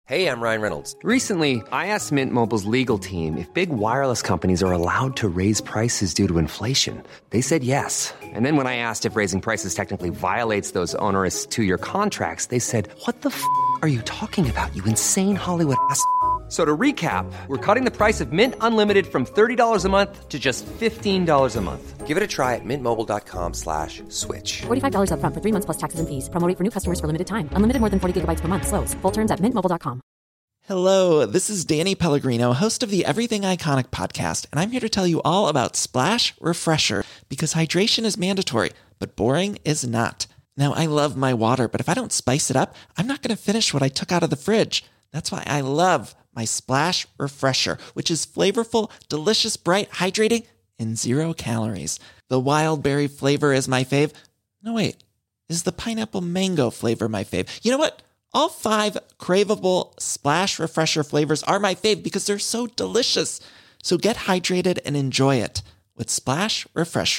Hey, I'm Ryan Reynolds. Recently, I asked Mint Mobile's legal team if big wireless companies are allowed to raise prices due to inflation. They said yes. And then when I asked if raising prices technically violates those onerous two-year contracts, they said, "What the f*** are you talking about, you insane Hollywood ass?" So to recap, we're cutting the price of Mint Unlimited from $30 a month to just $15 a month. Give it a try at mintmobile.com/switch. $45 up front for 3 months plus taxes and fees. Promo rate for new customers for limited time. Unlimited more than 40 gigabytes per month. Slows full terms at mintmobile.com. Hello, this is Danny Pellegrino, host of the Everything Iconic podcast, and I'm here to tell you all about Splash Refresher, because hydration is mandatory, but boring is not. Now, I love my water, but if I don't spice it up, I'm not going to finish what I took out of the fridge. That's why I love my Splash Refresher, which is flavorful, delicious, bright, hydrating, and 0 calories. The wild berry flavor is my fave. No, wait. Is the pineapple mango flavor my fave? You know what? All 5 craveable Splash Refresher flavors are my fave because they're so delicious. So get hydrated and enjoy it with Splash Refresher.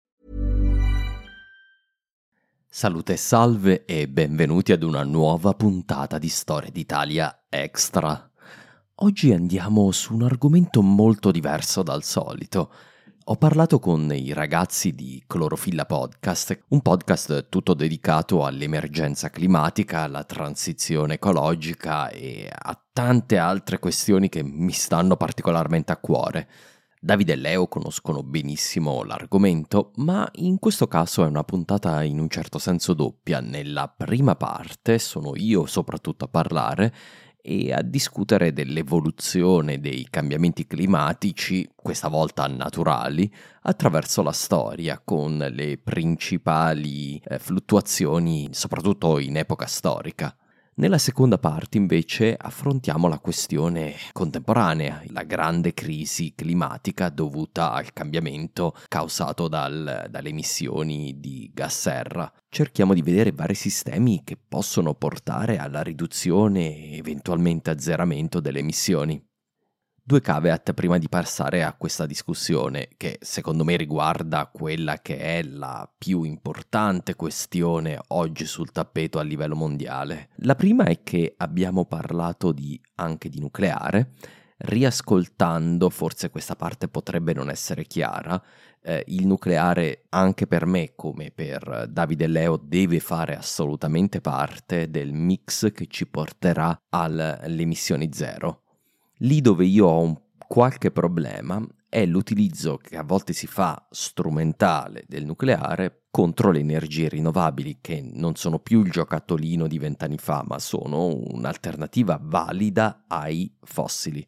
Salute e salve e benvenuti ad una nuova puntata di Storia d'Italia Extra. Oggi andiamo su un argomento molto diverso dal solito. Ho parlato con i ragazzi di Clorofilla Podcast, un podcast tutto dedicato all'emergenza climatica, alla transizione ecologica e a tante altre questioni che mi stanno particolarmente a cuore. Davide e Leo conoscono benissimo l'argomento, ma in questo caso è una puntata in un certo senso doppia. Nella prima parte sono io soprattutto a parlare e a discutere dell'evoluzione dei cambiamenti climatici, questa volta naturali, attraverso la storia, con le principali fluttuazioni, soprattutto in epoca storica. Nella seconda parte, invece, affrontiamo la questione contemporanea, la grande crisi climatica dovuta al cambiamento causato dalle emissioni di gas serra. Cerchiamo di vedere vari sistemi che possono portare alla riduzione e eventualmente azzeramento delle emissioni. 2 caveat prima di passare a questa discussione, che secondo me riguarda quella che è la più importante questione oggi sul tappeto a livello mondiale. La prima è che abbiamo parlato anche di nucleare. Riascoltando, forse questa parte potrebbe non essere chiara, il nucleare anche per me, come per Davide e Leo, deve fare assolutamente parte del mix che ci porterà alle emissioni zero. Lì dove io ho qualche problema è l'utilizzo che a volte si fa strumentale del nucleare contro le energie rinnovabili, che non sono più il giocattolino di 20 anni fa, ma sono un'alternativa valida ai fossili,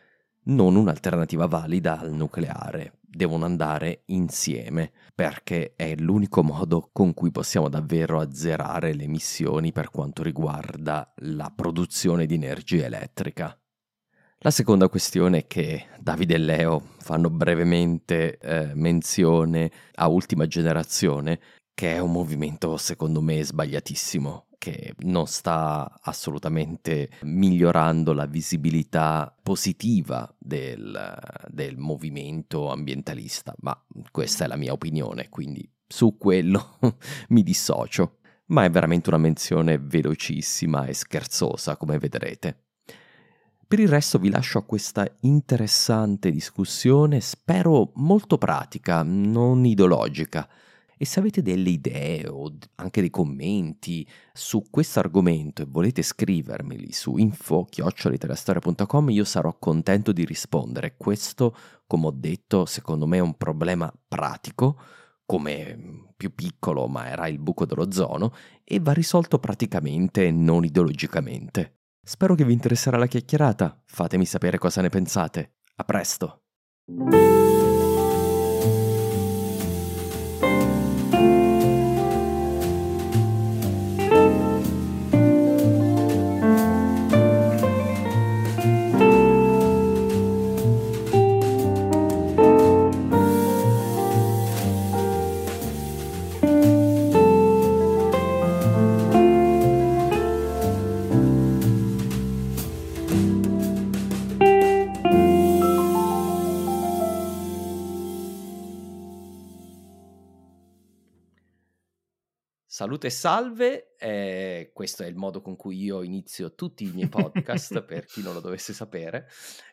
non un'alternativa valida al nucleare. Devono andare insieme, perché è l'unico modo con cui possiamo davvero azzerare le emissioni per quanto riguarda la produzione di energia elettrica. La seconda questione è che Davide e Leo fanno brevemente menzione a Ultima Generazione, che è un movimento secondo me sbagliatissimo, che non sta assolutamente migliorando la visibilità positiva del movimento ambientalista, ma questa è la mia opinione, quindi su quello mi dissocio. Ma è veramente una menzione velocissima e scherzosa, come vedrete. Per il resto vi lascio a questa interessante discussione, spero molto pratica, non ideologica. E se avete delle idee o anche dei commenti su questo argomento e volete scrivermeli su info@italiastoria.com, io sarò contento di rispondere. Questo, come ho detto, secondo me è un problema pratico, come più piccolo ma era il buco dell'ozono, e va risolto praticamente, non ideologicamente. Spero che vi interesserà la chiacchierata, fatemi sapere cosa ne pensate. A presto! Salute e salve, questo è il modo con cui io inizio tutti i miei podcast, per chi non lo dovesse sapere.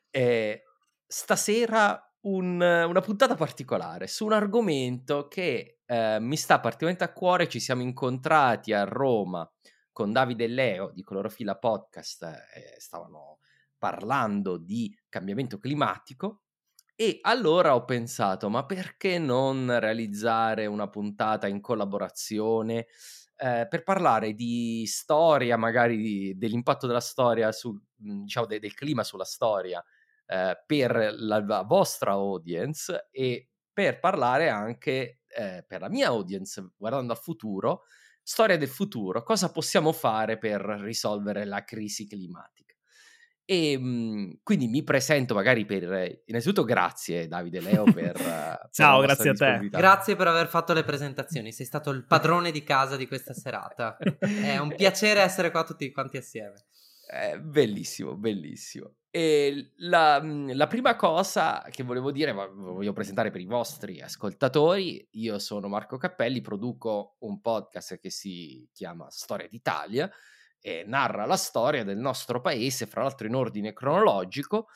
Stasera una puntata particolare su un argomento che mi sta particolarmente a cuore. Ci siamo incontrati a Roma con Davide e Leo di Clorofilla Podcast, stavano parlando di cambiamento climatico. E allora ho pensato, ma perché non realizzare una puntata in collaborazione per parlare di storia, magari dell'impatto della storia diciamo del clima sulla storia per la vostra audience, e per parlare anche per la mia audience, guardando al futuro, storia del futuro, cosa possiamo fare per risolvere la crisi climatica. E quindi mi presento magari innanzitutto grazie Davide e Leo per Ciao, la grazie a te. disponibilità. Grazie per aver fatto le presentazioni, sei stato il padrone di casa di questa serata. È un piacere essere qua tutti quanti assieme. Bellissimo, bellissimo. E la prima cosa che volevo dire, ma voglio presentare per i vostri ascoltatori: io sono Marco Cappelli, produco un podcast che si chiama Storia d'Italia e narra la storia del nostro paese, fra l'altro in ordine cronologico,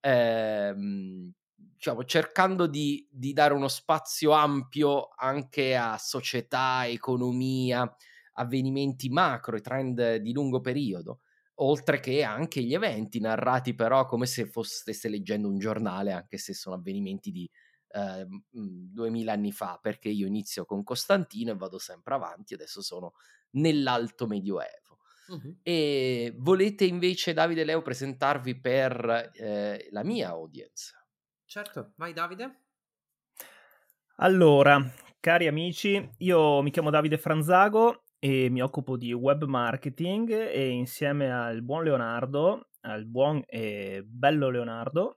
diciamo, cercando di dare uno spazio ampio anche a società, economia, avvenimenti macro e trend di lungo periodo, oltre che anche gli eventi narrati però come se stesse leggendo un giornale, anche se sono avvenimenti di 2000 anni fa, perché io inizio con Costantino e vado sempre avanti, adesso sono nell'alto medioevo. E volete invece, Davide e Leo, presentarvi per la mia audience? Certo, vai Davide. Allora, cari amici, io mi chiamo Davide Franzago e mi occupo di web marketing, e insieme al buon Leonardo, al buon e bello Leonardo,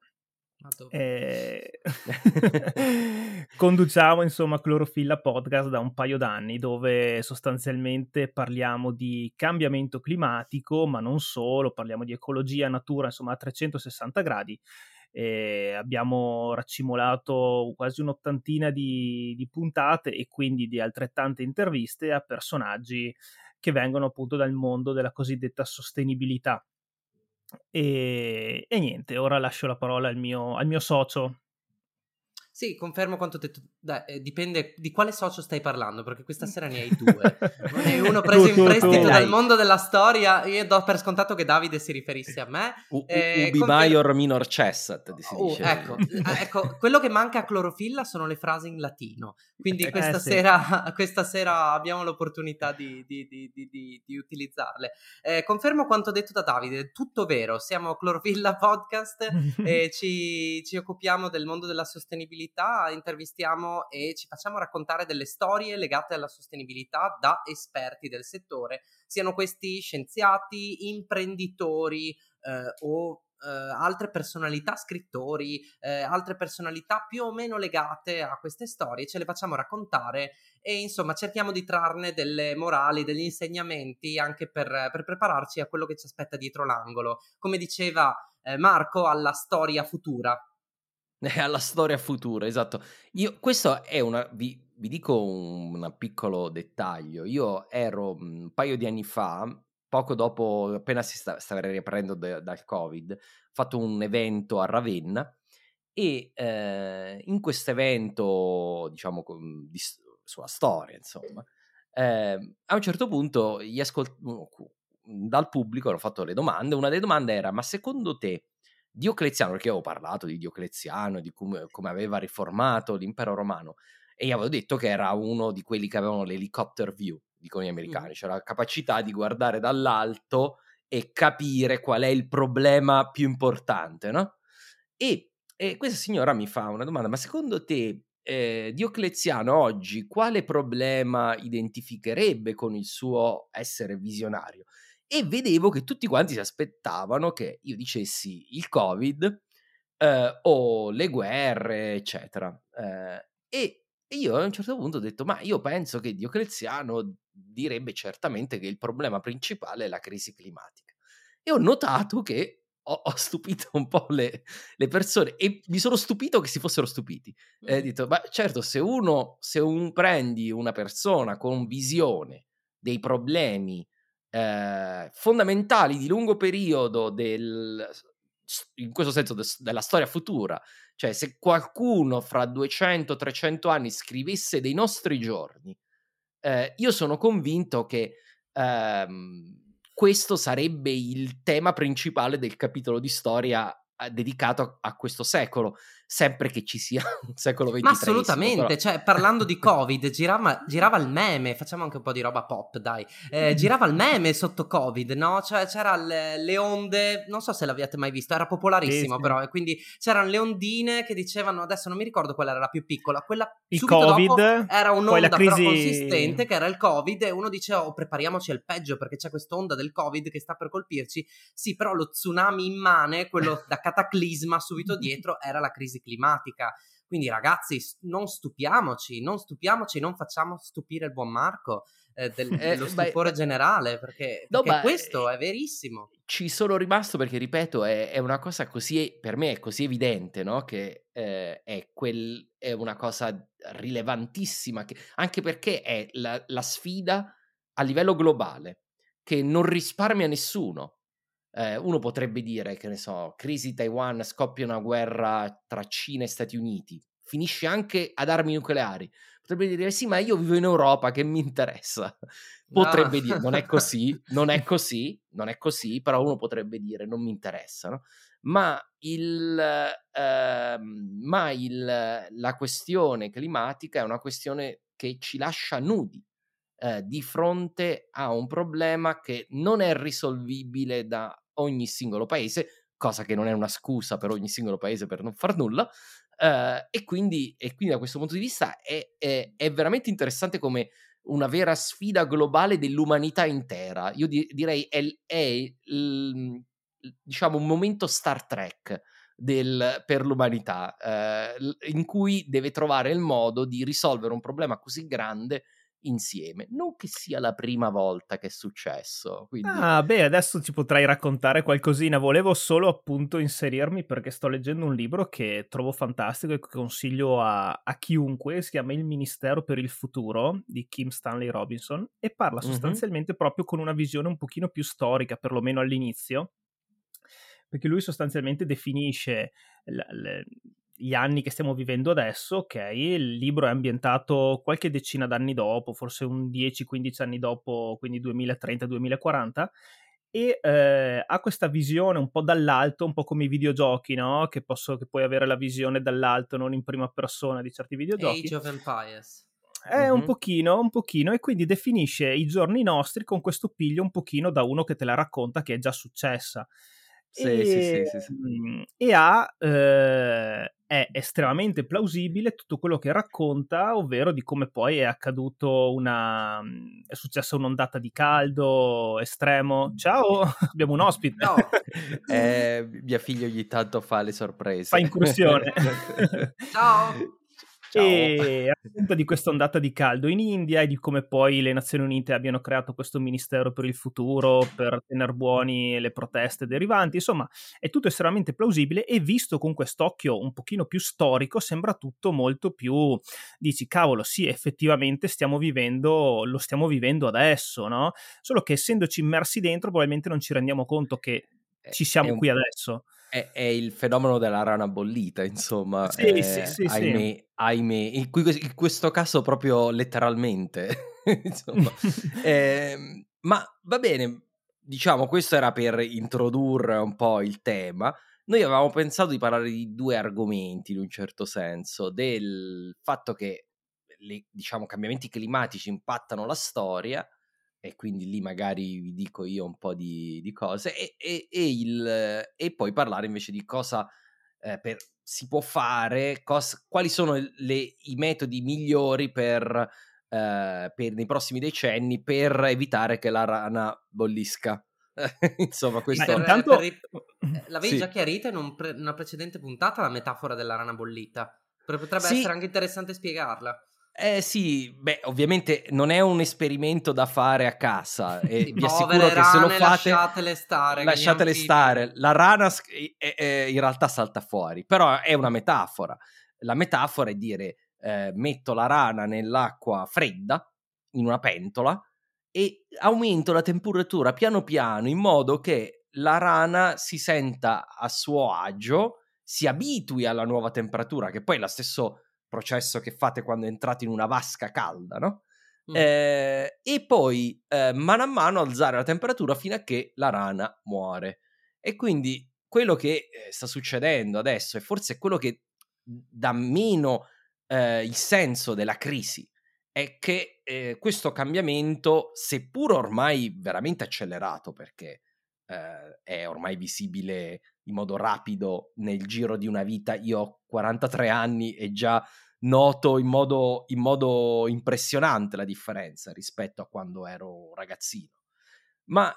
conduciamo insomma Clorofilla Podcast da un paio d'anni, dove sostanzialmente parliamo di cambiamento climatico, ma non solo, parliamo di ecologia, natura, insomma a 360 gradi. Abbiamo raccimolato quasi un'ottantina di puntate e quindi di altrettante interviste a personaggi che vengono appunto dal mondo della cosiddetta sostenibilità. E niente, ora lascio la parola al mio socio. Sì, confermo quanto detto. Dipende di quale socio stai parlando, perché questa sera ne hai due. Ne hai uno preso in prestito dal mondo della storia. Io do per scontato che Davide si riferisse a me. Ubi maior minor cessat, si dice. Ecco, quello che manca a Clorofilla sono le frasi in latino. Quindi questa sera abbiamo l'opportunità di utilizzarle. Confermo quanto detto da Davide, tutto vero. Siamo Clorofilla Podcast e ci occupiamo del mondo della sostenibilità. Intervistiamo e ci facciamo raccontare delle storie legate alla sostenibilità da esperti del settore, siano questi scienziati, imprenditori o altre personalità, scrittori, altre personalità più o meno legate a queste storie. Ce le facciamo raccontare e insomma cerchiamo di trarne delle morali, degli insegnamenti anche per prepararci a quello che ci aspetta dietro l'angolo, come diceva Marco, alla storia futura. Alla storia futura, esatto. Questo è vi dico un piccolo dettaglio. Io ero un paio di anni fa, poco dopo, appena si stava riprendendo dal Covid, ho fatto un evento a Ravenna e in questo evento, diciamo, sulla storia, insomma, a un certo punto dal pubblico hanno fatto le domande. Una delle domande era: ma secondo te Diocleziano, perché io avevo parlato di Diocleziano, di come aveva riformato l'impero romano, e io avevo detto che era uno di quelli che avevano l'helicopter view, dicono gli americani, cioè la capacità di guardare dall'alto e capire qual è il problema più importante, no? E questa signora mi fa una domanda: ma secondo te Diocleziano oggi quale problema identificherebbe con il suo essere visionario? E vedevo che tutti quanti si aspettavano che io dicessi il Covid o le guerre, eccetera. E io a un certo punto ho detto: ma io penso che Diocleziano direbbe certamente che il problema principale è la crisi climatica. E ho notato che ho stupito un po' le persone, e mi sono stupito che si fossero stupiti. Ho detto: ma certo, se prendi una persona con visione dei problemi fondamentali di lungo periodo in questo senso della storia futura, cioè se qualcuno fra 200-300 anni scrivesse dei nostri giorni, io sono convinto che questo sarebbe il tema principale del capitolo di storia dedicato a questo secolo, sempre che ci sia un secolo XXIII. Ma assolutamente, però... cioè parlando di Covid, girava il meme, facciamo anche un po' di roba pop, dai, girava il meme sotto Covid, no? Cioè c'era le onde, non so se l'abbiate mai visto, era popolarissimo sì. però, e quindi c'erano le ondine che dicevano, adesso non mi ricordo qual era la più piccola, quella il subito COVID, dopo era un'onda crisi... però consistente che era il Covid, e uno diceva prepariamoci al peggio perché c'è quest'onda del Covid che sta per colpirci, sì, però lo tsunami immane, quello da cataclisma subito dietro, era la crisi climatica. Quindi ragazzi, non stupiamoci, non facciamo stupire il buon Marco dello stupore generale, perché questo è verissimo. Ci sono rimasto perché, ripeto, è una cosa così, per me è così evidente, no? Che è una cosa rilevantissima, anche perché è la sfida a livello globale, che non risparmia nessuno. Uno potrebbe dire, che ne so, crisi Taiwan, scoppia una guerra tra Cina e Stati Uniti, finisce anche ad armi nucleari. Potrebbe dire sì, ma io vivo in Europa, che mi interessa? Potrebbe dire non è così, però uno potrebbe dire non mi interessa, no? Ma la questione climatica è una questione che ci lascia nudi di fronte a un problema che non è risolvibile da ogni singolo paese, cosa che non è una scusa per ogni singolo paese per non far nulla, e quindi da questo punto di vista è veramente interessante come una vera sfida globale dell'umanità intera. Io direi è diciamo un momento Star Trek per l'umanità, in cui deve trovare il modo di risolvere un problema così grande insieme. Non che sia la prima volta che è successo, quindi... adesso ci potrai raccontare qualcosina. Volevo solo appunto inserirmi perché sto leggendo un libro che trovo fantastico e che consiglio a chiunque. Si chiama Il Ministero per il Futuro di Kim Stanley Robinson e parla sostanzialmente proprio con una visione un pochino più storica, perlomeno all'inizio, perché lui sostanzialmente definisce gli anni che stiamo vivendo adesso, ok? Il libro è ambientato qualche decina d'anni dopo, forse un 10-15 anni dopo, quindi 2030-2040, e ha questa visione un po' dall'alto, un po' come i videogiochi, no? Che puoi avere la visione dall'alto, non in prima persona di certi videogiochi. Age of Empires. Un pochino, e quindi definisce i giorni nostri con questo piglio un pochino da uno che te la racconta che è già successa. Sì. È estremamente plausibile tutto quello che racconta, ovvero di come poi è accaduto è successa un'ondata di caldo estremo. Ciao, abbiamo un ospite. No. Mia figlia ogni tanto fa le sorprese. Fa incursione. Ciao. E appunto di questa ondata di caldo in India e di come poi le Nazioni Unite abbiano creato questo Ministero per il Futuro per tener buoni le proteste derivanti. Insomma, è tutto estremamente plausibile e visto con quest'occhio un pochino più storico sembra tutto molto più, dici cavolo sì, effettivamente lo stiamo vivendo adesso, no? Solo che essendoci immersi dentro probabilmente non ci rendiamo conto che ci siamo qui adesso. È il fenomeno della rana bollita, insomma. Sì. Ahimè, in questo caso proprio letteralmente. Insomma. Ma va bene, diciamo, questo era per introdurre un po' il tema. Noi avevamo pensato di parlare di due argomenti, in un certo senso, del fatto che diciamo, cambiamenti climatici impattano la storia, e quindi lì magari vi dico io un po' di cose, e poi parlare invece di cosa si può fare, quali sono i metodi migliori per nei prossimi decenni per evitare che la rana bollisca. Insomma, questo... L'avevi già chiarita in una precedente puntata la metafora della rana bollita. Potrebbe essere anche interessante spiegarla. Sì, beh, ovviamente non è un esperimento da fare a casa, e vi assicuro che se lo fate lasciatele stare. La rana in realtà salta fuori, però è una metafora. La metafora è dire metto la rana nell'acqua fredda in una pentola e aumento la temperatura piano piano in modo che la rana si senta a suo agio, si abitui alla nuova temperatura, che poi è lo stesso processo che fate quando entrate in una vasca calda, no? E poi mano a mano alzare la temperatura fino a che la rana muore. E quindi quello che sta succedendo adesso, e forse è quello che dà meno il senso della crisi, è che questo cambiamento, seppur ormai veramente accelerato, perché è ormai visibile in modo rapido nel giro di una vita, io ho 43 anni e già noto in modo impressionante la differenza rispetto a quando ero ragazzino. Ma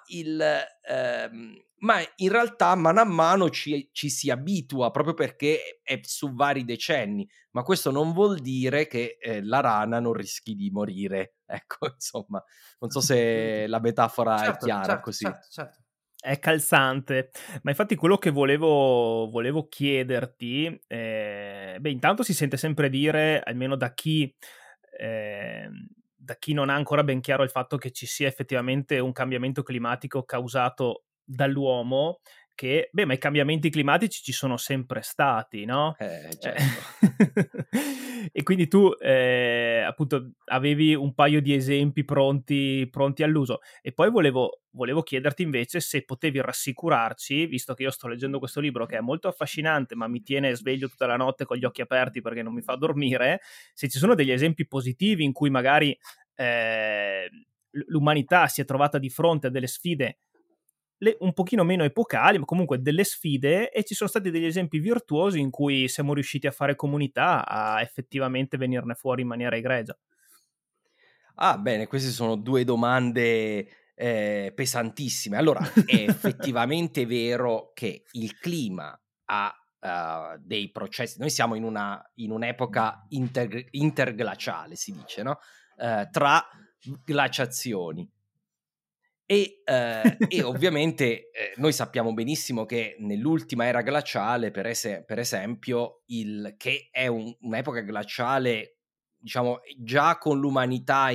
in realtà mano a mano ci si abitua, proprio perché è su vari decenni, ma questo non vuol dire che la rana non rischi di morire. Ecco, insomma, non so se la metafora è chiara così. Certo. È calzante, ma infatti quello che volevo chiederti, intanto si sente sempre dire, almeno da chi non ha ancora ben chiaro il fatto che ci sia effettivamente un cambiamento climatico causato dall'uomo, che, ma i cambiamenti climatici ci sono sempre stati, no? Certo. E quindi tu, appunto, avevi un paio di esempi pronti all'uso. E poi volevo chiederti invece se potevi rassicurarci, visto che io sto leggendo questo libro che è molto affascinante, ma mi tiene sveglio tutta la notte con gli occhi aperti perché non mi fa dormire, se ci sono degli esempi positivi in cui magari l'umanità si è trovata di fronte a delle sfide un pochino meno epocali, ma comunque delle sfide, e ci sono stati degli esempi virtuosi in cui siamo riusciti a fare comunità, a effettivamente venirne fuori in maniera egregia. Ah, bene, queste sono due domande pesantissime. Allora, è effettivamente vero che il clima ha dei processi. Noi siamo in un'epoca interglaciale, si dice, no? Tra glaciazioni. E ovviamente noi sappiamo benissimo che nell'ultima era glaciale, per esempio, che è un'epoca glaciale, diciamo, già con l'umanità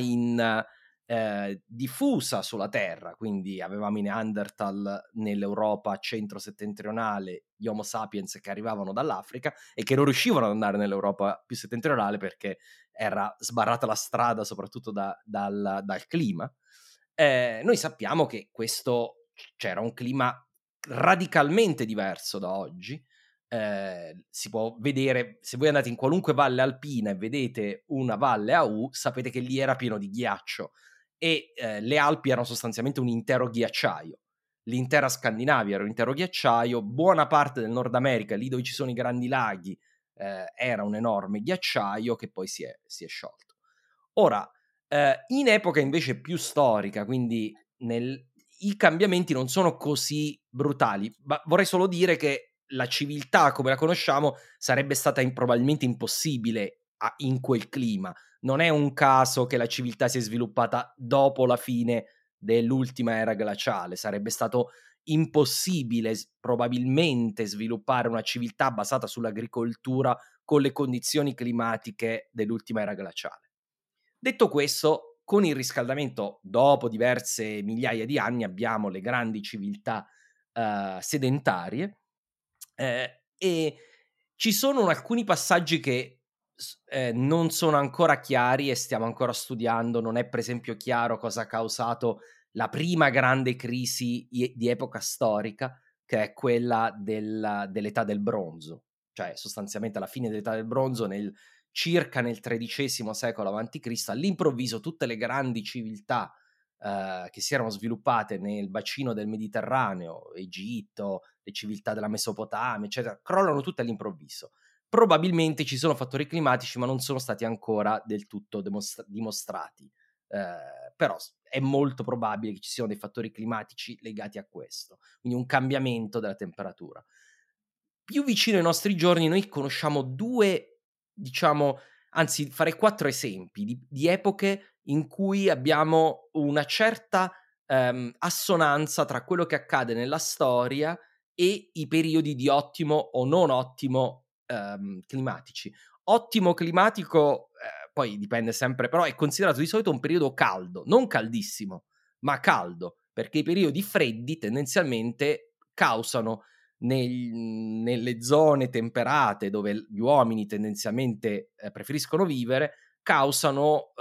diffusa sulla Terra, quindi avevamo i Neanderthal nell'Europa centro-settentrionale, gli Homo sapiens che arrivavano dall'Africa e che non riuscivano ad andare nell'Europa più settentrionale perché era sbarrata la strada soprattutto dal clima. Noi sappiamo che c'era un clima radicalmente diverso da oggi. Si può vedere, se voi andate in qualunque valle alpina e vedete una valle a U, sapete che lì era pieno di ghiaccio e le Alpi erano sostanzialmente un intero ghiacciaio. L'intera Scandinavia era un intero ghiacciaio, buona parte del Nord America, lì dove ci sono i grandi laghi, era un enorme ghiacciaio che poi si è sciolto. Ora, in epoca invece più storica, quindi i cambiamenti non sono così brutali, ma vorrei solo dire che la civiltà come la conosciamo sarebbe stata probabilmente impossibile in quel clima. Non è un caso che la civiltà si è sviluppata dopo la fine dell'ultima era glaciale, sarebbe stato impossibile probabilmente sviluppare una civiltà basata sull'agricoltura con le condizioni climatiche dell'ultima era glaciale. Detto questo, con il riscaldamento, dopo diverse migliaia di anni, abbiamo le grandi civiltà sedentarie e ci sono alcuni passaggi che non sono ancora chiari e stiamo ancora studiando. Non è per esempio chiaro cosa ha causato la prima grande crisi di epoca storica, che è quella dell'età del bronzo, cioè sostanzialmente alla fine dell'età del bronzo, circa nel XIII secolo a.C., all'improvviso tutte le grandi civiltà che si erano sviluppate nel bacino del Mediterraneo, Egitto, le civiltà della Mesopotamia, eccetera, crollano tutte all'improvviso. Probabilmente ci sono fattori climatici, ma non sono stati ancora del tutto dimostrati. Però è molto probabile che ci siano dei fattori climatici legati a questo, quindi un cambiamento della temperatura. Più vicino ai nostri giorni noi conosciamo farei 4 esempi di epoche in cui abbiamo una certa assonanza tra quello che accade nella storia e i periodi di ottimo o non ottimo climatici. Ottimo climatico poi dipende sempre, però è considerato di solito un periodo caldo, non caldissimo, ma caldo, perché i periodi freddi tendenzialmente causano nelle zone temperate dove gli uomini tendenzialmente preferiscono vivere, causano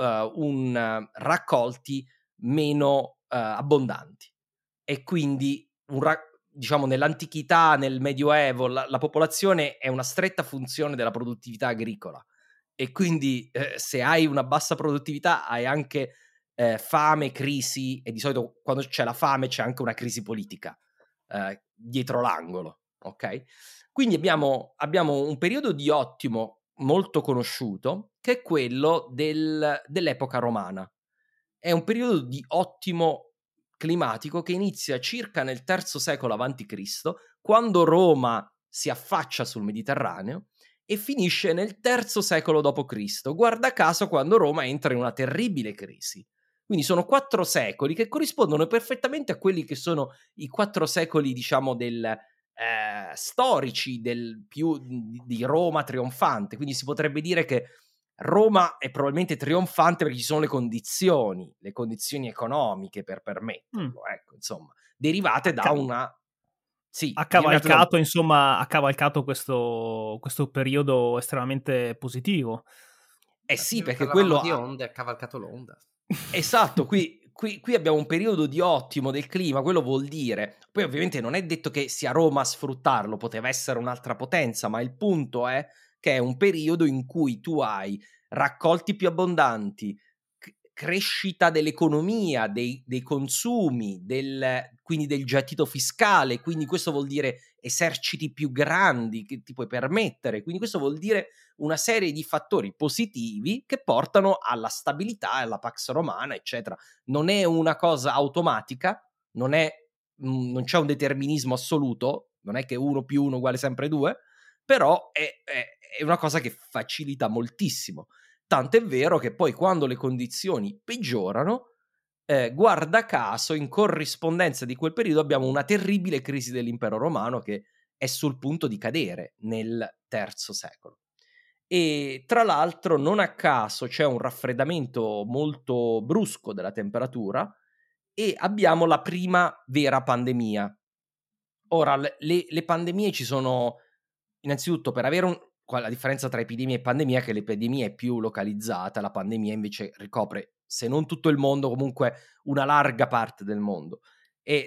raccolti meno abbondanti, e quindi diciamo nell'antichità, nel Medioevo, la popolazione è una stretta funzione della produttività agricola, e quindi se hai una bassa produttività hai anche fame, crisi, e di solito quando c'è la fame c'è anche una crisi politica dietro l'angolo, ok? Quindi abbiamo un periodo di ottimo molto conosciuto, che è quello dell'epoca romana. È un periodo di ottimo climatico che inizia circa nel III secolo a.C., quando Roma si affaccia sul Mediterraneo, e finisce nel III secolo d.C., guarda caso quando Roma entra in una terribile crisi. Quindi sono 4 secoli che corrispondono perfettamente a quelli che sono i 4 secoli, diciamo, storici di Roma trionfante. Quindi si potrebbe dire che Roma è probabilmente trionfante perché ci sono le condizioni economiche per permetterlo, ecco, insomma, derivate da una... Sì, ha cavalcato, insomma, ha cavalcato questo periodo estremamente positivo. Sì, perché quello di onde, ha cavalcato l'onda. Esatto, qui abbiamo un periodo di ottimo del clima, quello vuol dire... Poi ovviamente non è detto che sia Roma a sfruttarlo, poteva essere un'altra potenza, ma il punto è che è un periodo in cui tu hai raccolti più abbondanti, crescita dell'economia, dei consumi, quindi del gettito fiscale, quindi questo vuol dire eserciti più grandi che ti puoi permettere, quindi questo vuol dire una serie di fattori positivi che portano alla stabilità, alla Pax Romana, eccetera. Non è una cosa automatica, non c'è un determinismo assoluto, non è che 1 più 1 uguale sempre 2, però è una cosa che facilita moltissimo. Tanto è vero che poi quando le condizioni peggiorano, guarda caso, in corrispondenza di quel periodo abbiamo una terribile crisi dell'impero romano che è sul punto di cadere nel III secolo. E tra l'altro non a caso c'è un raffreddamento molto brusco della temperatura e abbiamo la prima vera pandemia. Ora, le pandemie ci sono innanzitutto per avere la differenza tra epidemia e pandemia, che l'epidemia è più localizzata, la pandemia invece ricopre, se non tutto il mondo, comunque una larga parte del mondo. E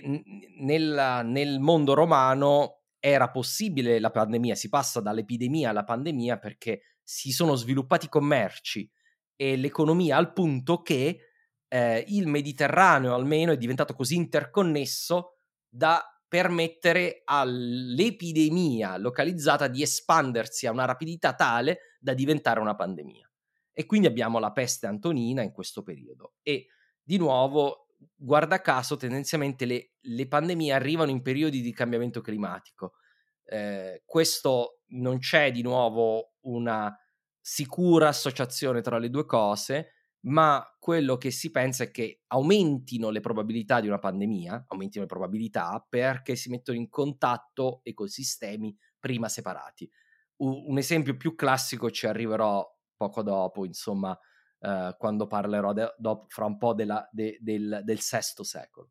nel mondo romano era possibile la pandemia, si passa dall'epidemia alla pandemia perché si sono sviluppati commerci e l'economia, al punto che il Mediterraneo almeno è diventato così interconnesso da permettere all'epidemia localizzata di espandersi a una rapidità tale da diventare una pandemia. E quindi abbiamo la peste antonina in questo periodo. E di nuovo, guarda caso, tendenzialmente le pandemie arrivano in periodi di cambiamento climatico. Questo non c'è di nuovo una sicura associazione tra le due cose, ma quello che si pensa è che aumentino le probabilità di una pandemia, aumentino le probabilità perché si mettono in contatto ecosistemi prima separati. Un esempio più classico ci arriverò poco dopo, insomma, quando parlerò fra un po' del VI secolo.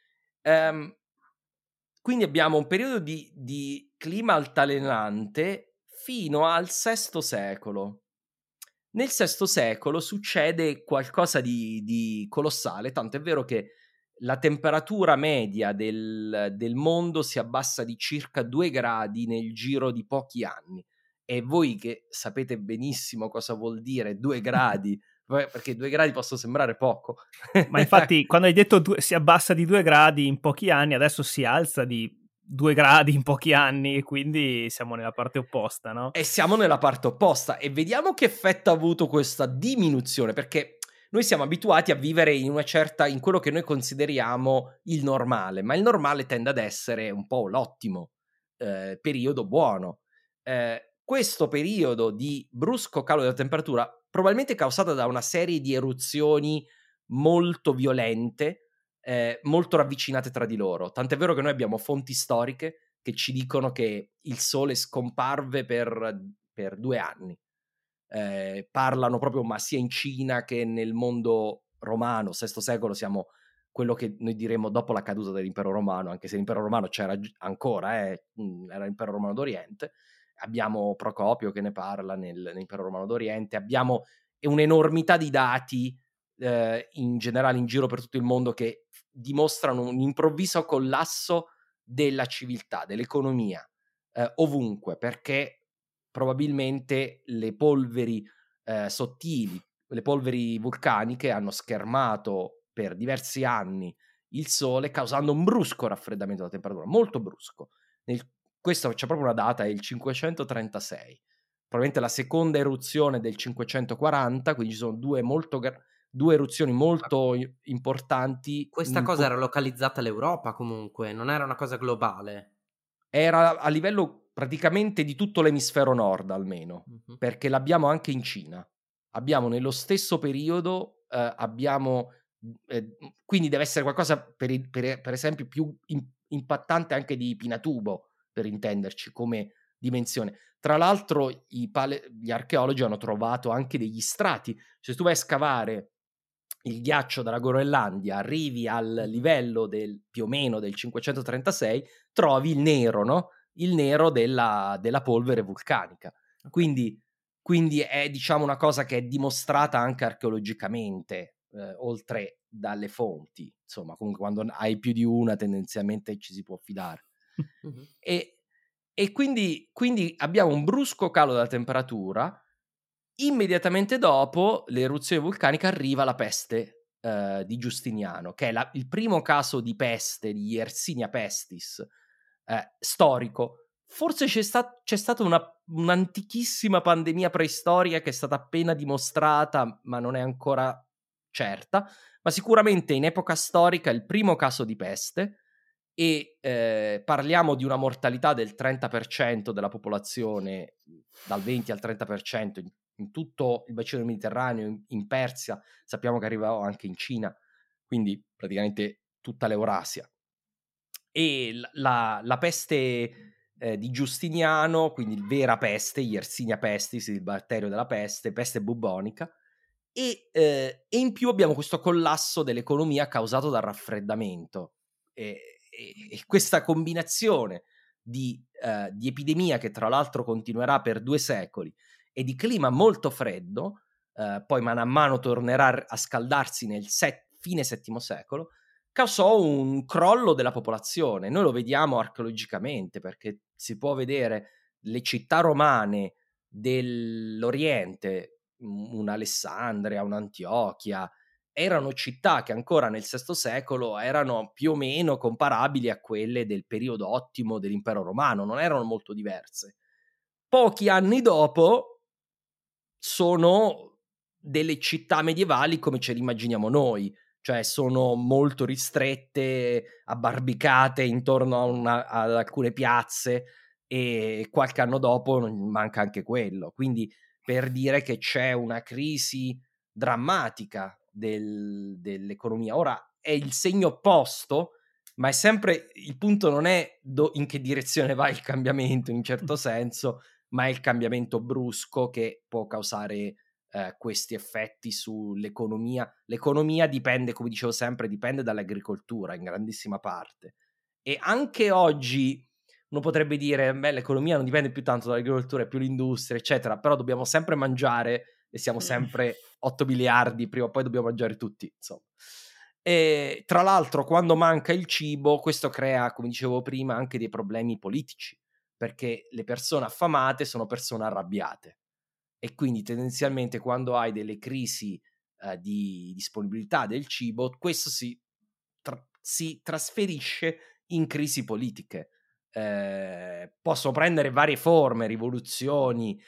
Quindi abbiamo un periodo di clima altalenante fino al VI secolo. Nel VI secolo succede qualcosa di colossale, tanto è vero che la temperatura media del mondo si abbassa di circa 2 gradi nel giro di pochi anni. E voi che sapete benissimo cosa vuol dire 2 gradi, perché 2 gradi possono sembrare poco. Ma infatti quando hai detto si abbassa di 2 gradi in pochi anni, adesso si alza di 2 gradi in pochi anni, e quindi siamo nella parte opposta, no? E siamo nella parte opposta, e vediamo che effetto ha avuto questa diminuzione, perché noi siamo abituati a vivere in quello che noi consideriamo il normale, ma il normale tende ad essere un po' l'ottimo periodo buono. Questo periodo di brusco calo della temperatura, probabilmente causata da una serie di eruzioni molto violente, molto ravvicinate tra di loro. Tant'è vero che noi abbiamo fonti storiche che ci dicono che il sole scomparve per 2 anni. Parlano proprio, ma sia in Cina che nel mondo romano, VI secolo, siamo quello che noi diremmo dopo la caduta dell'impero romano, anche se l'impero romano c'era ancora, era l'impero romano d'Oriente. Abbiamo Procopio che ne parla nell'impero romano d'Oriente, abbiamo un'enormità di dati in generale in giro per tutto il mondo che dimostrano un improvviso collasso della civiltà, dell'economia, ovunque, perché probabilmente le polveri sottili, le polveri vulcaniche hanno schermato per diversi anni il sole, causando un brusco raffreddamento della temperatura, molto brusco. Questo c'è proprio una data, è il 536, probabilmente la seconda eruzione del 540, quindi ci sono due eruzioni molto importanti. Questa cosa era localizzata all'Europa comunque, non era una cosa globale. Era a livello praticamente di tutto l'emisfero nord almeno, perché l'abbiamo anche in Cina. Abbiamo nello stesso periodo, quindi deve essere qualcosa per esempio più impattante anche di Pinatubo, per intenderci, come dimensione. Tra l'altro gli archeologi hanno trovato anche degli strati, cioè se tu vai a scavare il ghiaccio della Groenlandia, arrivi al livello più o meno del 536, trovi il nero, no? Il nero della polvere vulcanica. Quindi è, diciamo, una cosa che è dimostrata anche archeologicamente, oltre dalle fonti. Insomma, comunque quando hai più di una tendenzialmente ci si può fidare. E quindi abbiamo un brusco calo della temperatura. Immediatamente dopo l'eruzione vulcanica arriva la peste di Giustiniano, che è il primo caso di peste, di Yersinia pestis, storico. Forse c'è stata un'antichissima pandemia preistorica che è stata appena dimostrata, ma non è ancora certa, ma sicuramente in epoca storica è il primo caso di peste, e parliamo di una mortalità del 30% della popolazione, dal 20 al 30% in tutto il bacino del Mediterraneo, in Persia, sappiamo che arrivava anche in Cina, quindi praticamente tutta l'Eurasia. E la peste di Giustiniano, quindi vera peste, Yersinia pestis, il batterio della peste bubonica, e in più abbiamo questo collasso dell'economia causato dal raffreddamento. E questa combinazione di epidemia, che tra l'altro continuerà per 2 secoli, e di clima molto freddo, poi mano a mano tornerà a scaldarsi nel fine VII secolo, causò un crollo della popolazione. Noi lo vediamo archeologicamente, perché si può vedere le città romane dell'Oriente, un'Alessandria, un'Antiochia, erano città che ancora nel VI secolo erano più o meno comparabili a quelle del periodo ottimo dell'impero romano, non erano molto diverse. Pochi anni dopo sono delle città medievali come ce le immaginiamo noi, cioè sono molto ristrette, abbarbicate intorno ad alcune piazze, e qualche anno dopo manca anche quello. Quindi, per dire che c'è una crisi drammatica dell'economia. Ora è il segno opposto, ma è sempre il punto, non è in che direzione va il cambiamento in un certo senso, ma è il cambiamento brusco che può causare questi effetti sull'economia. L'economia dipende, come dicevo sempre, dipende dall'agricoltura in grandissima parte, e anche oggi uno potrebbe dire l'economia non dipende più tanto dall'agricoltura, è più l'industria, eccetera, però dobbiamo sempre mangiare e siamo sempre 8 miliardi, prima o poi dobbiamo mangiare tutti, insomma. E tra l'altro, quando manca il cibo, questo crea, come dicevo prima, anche dei problemi politici, perché le persone affamate sono persone arrabbiate, e quindi tendenzialmente quando hai delle crisi di disponibilità del cibo, questo si trasferisce in crisi politiche. Possono prendere varie forme, rivoluzioni,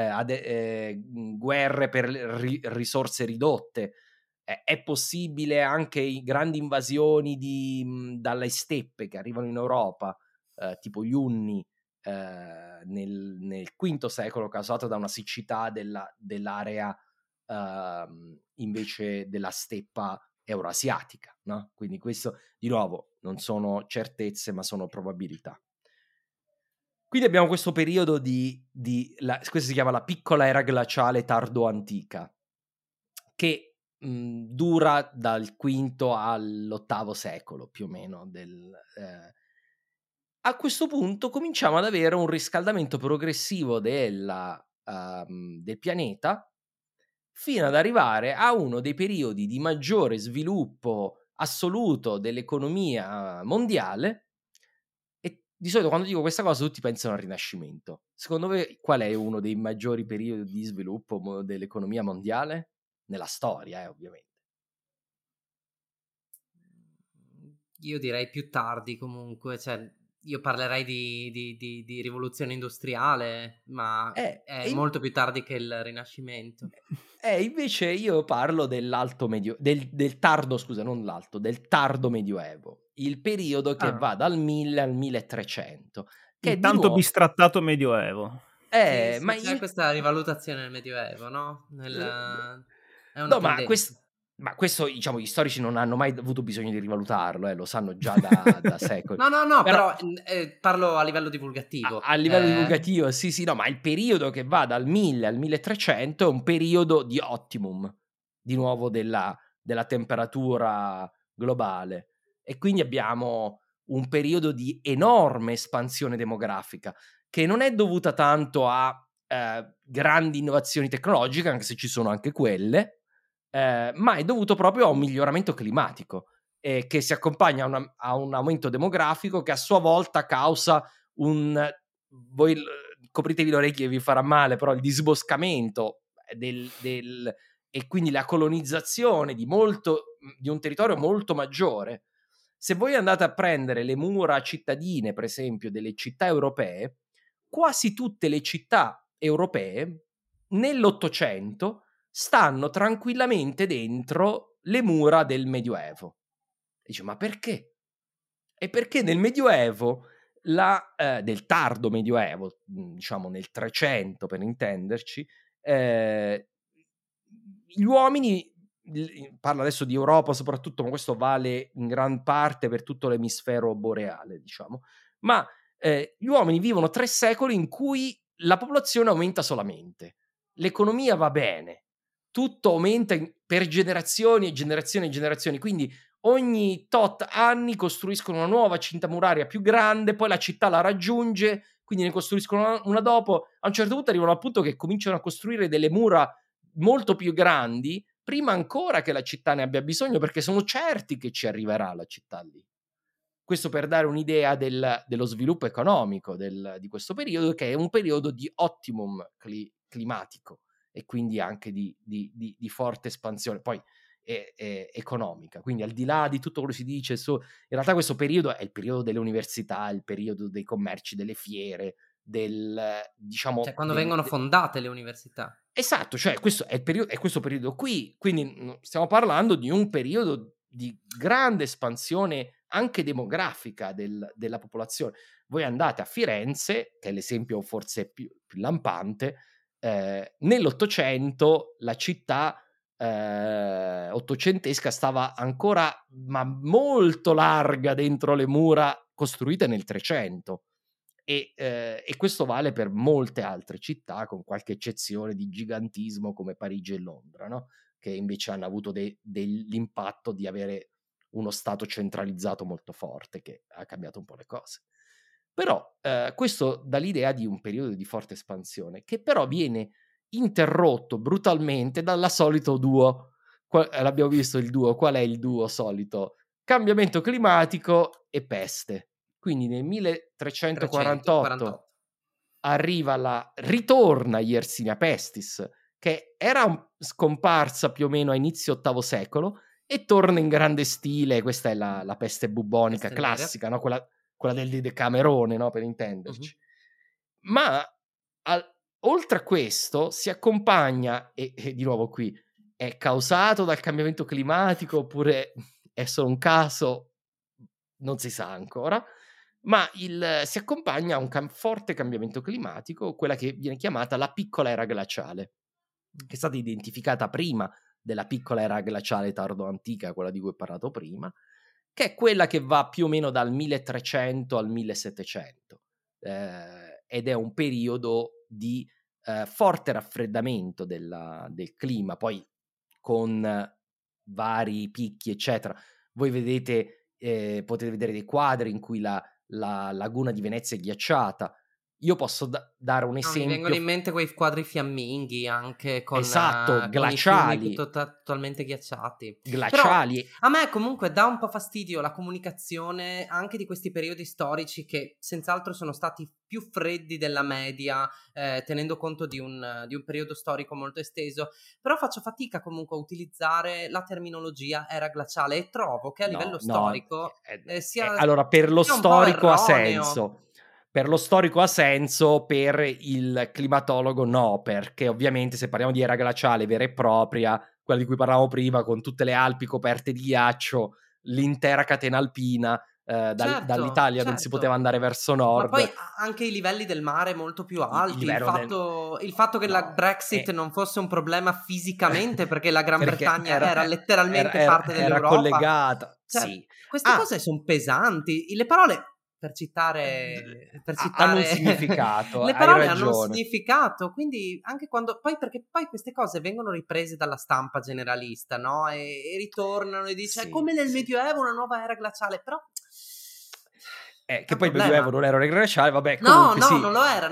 guerre per risorse ridotte. È possibile anche grandi invasioni dalle steppe che arrivano in Europa, tipo gli Unni, nel V secolo, causato da una siccità dell'area invece della steppa euroasiatica, no? Quindi questo, di nuovo, non sono certezze, ma sono probabilità. Quindi abbiamo questo periodo questo si chiama la piccola era glaciale tardo-antica, che dura dal V all'VIII secolo più o meno. A questo punto cominciamo ad avere un riscaldamento progressivo del pianeta, fino ad arrivare a uno dei periodi di maggiore sviluppo assoluto dell'economia mondiale. E di solito quando dico questa cosa tutti pensano al Rinascimento. Secondo voi qual è uno dei maggiori periodi di sviluppo dell'economia mondiale? Nella storia, ovviamente. Io direi più tardi comunque, cioè io parlerei di rivoluzione industriale, ma è molto più tardi che il Rinascimento. Invece io parlo dell'alto medio, del tardo, scusa, non l'alto, del tardo medioevo, il periodo che va dal 1000 al 1300. Che il tanto bistrattato medioevo. Sì, ma c'è questa rivalutazione nel medioevo, no? È una no, tendenza. ma questo, diciamo, gli storici non hanno mai avuto bisogno di rivalutarlo, lo sanno già da secoli. No, però parlo a livello divulgativo. A livello divulgativo, sì, no, ma il periodo che va dal 1000 al 1300 è un periodo di optimum, di nuovo, della temperatura globale. E quindi abbiamo un periodo di enorme espansione demografica, che non è dovuta tanto a grandi innovazioni tecnologiche, anche se ci sono anche quelle, ma è dovuto proprio a un miglioramento climatico, che si accompagna a un aumento demografico che a sua volta causa voi copritevi le orecchie, vi farà male, però il disboscamento e quindi la colonizzazione di un territorio molto maggiore. Se voi andate a prendere le mura cittadine, per esempio, delle città europee, quasi tutte le città europee nell'Ottocento stanno tranquillamente dentro le mura del Medioevo. Dice, ma perché? E perché nel Medioevo, del tardo Medioevo, diciamo nel 300 per intenderci, gli uomini, parlo adesso di Europa soprattutto, ma questo vale in gran parte per tutto l'emisfero boreale, diciamo, ma gli uomini vivono 3 secoli in cui la popolazione aumenta solamente, l'economia va bene, tutto aumenta per generazioni e generazioni e generazioni, quindi ogni tot anni costruiscono una nuova cinta muraria più grande, poi la città la raggiunge, quindi ne costruiscono una dopo, a un certo punto arrivano al punto che cominciano a costruire delle mura molto più grandi, prima ancora che la città ne abbia bisogno, perché sono certi che ci arriverà la città lì. Questo per dare un'idea dello sviluppo economico di questo periodo, che è un periodo di optimum climatico e quindi anche di forte espansione poi economica. Quindi al di là di tutto quello che si dice, in realtà questo periodo è il periodo delle università, il periodo dei commerci, delle fiere, diciamo, cioè quando vengono fondate le università. Esatto, cioè questo è questo periodo qui, quindi stiamo parlando di un periodo di grande espansione anche demografica della popolazione. Voi andate a Firenze, che è l'esempio forse più lampante, nell'Ottocento la città ottocentesca stava ancora ma molto larga dentro le mura costruite nel 300. E questo vale per molte altre città, con qualche eccezione di gigantismo come Parigi e Londra, no? Che invece hanno avuto l'impatto di avere uno stato centralizzato molto forte che ha cambiato un po' le cose. Però questo dà l'idea di un periodo di forte espansione, che però viene interrotto brutalmente dalla solito duo. L'abbiamo visto il duo. Qual è il duo solito? Cambiamento climatico e peste. Quindi nel 1348 ritorna Yersinia pestis, che era scomparsa più o meno a inizio VIII secolo, e torna in grande stile. Questa è la peste bubonica classica, no? quella del Decamerone, no? Per intenderci. Uh-huh. Ma oltre a questo si accompagna, e di nuovo qui, è causato dal cambiamento climatico oppure è solo un caso? Non si sa ancora. Ma si accompagna a un forte cambiamento climatico, quella che viene chiamata la piccola era glaciale, che è stata identificata prima della piccola era glaciale tardo-antica, quella di cui ho parlato prima, che è quella che va più o meno dal 1300 al 1700, ed è un periodo di forte raffreddamento del clima, poi con vari picchi, eccetera. Voi vedete, potete vedere dei quadri in cui la laguna di Venezia è ghiacciata. Io posso dare un esempio. Mi vengono in mente quei quadri fiamminghi anche con, esatto, glaciali, glaciali, totalmente ghiacciati. glaciali. Però a me comunque dà un po' fastidio la comunicazione anche di questi periodi storici che senz'altro sono stati più freddi della media, tenendo conto di un periodo storico molto esteso. Però faccio fatica comunque a utilizzare la terminologia era glaciale e trovo che a livello storico sia allora per lo sia un po' storico ha erroneo. senso. Per lo storico ha senso, per il climatologo no, perché ovviamente se parliamo di era glaciale vera e propria, quella di cui parlavamo prima, con tutte le Alpi coperte di ghiaccio, l'intera catena alpina, dall'Italia non si poteva andare verso nord. Ma poi anche i livelli del mare molto più alti, il fatto che la Brexit non fosse un problema fisicamente perché la Gran Bretagna era letteralmente parte dell'Europa. Era collegata, cioè, sì. Queste cose sono pesanti, le parole... Per citare hanno un significato. Le parole hanno un significato, quindi anche quando perché poi queste cose vengono riprese dalla stampa generalista, no? E ritornano e dice come nel Medioevo una nuova era glaciale, però che poi il Medioevo non era un era glaciale, vabbè, comunque sì. non lo era.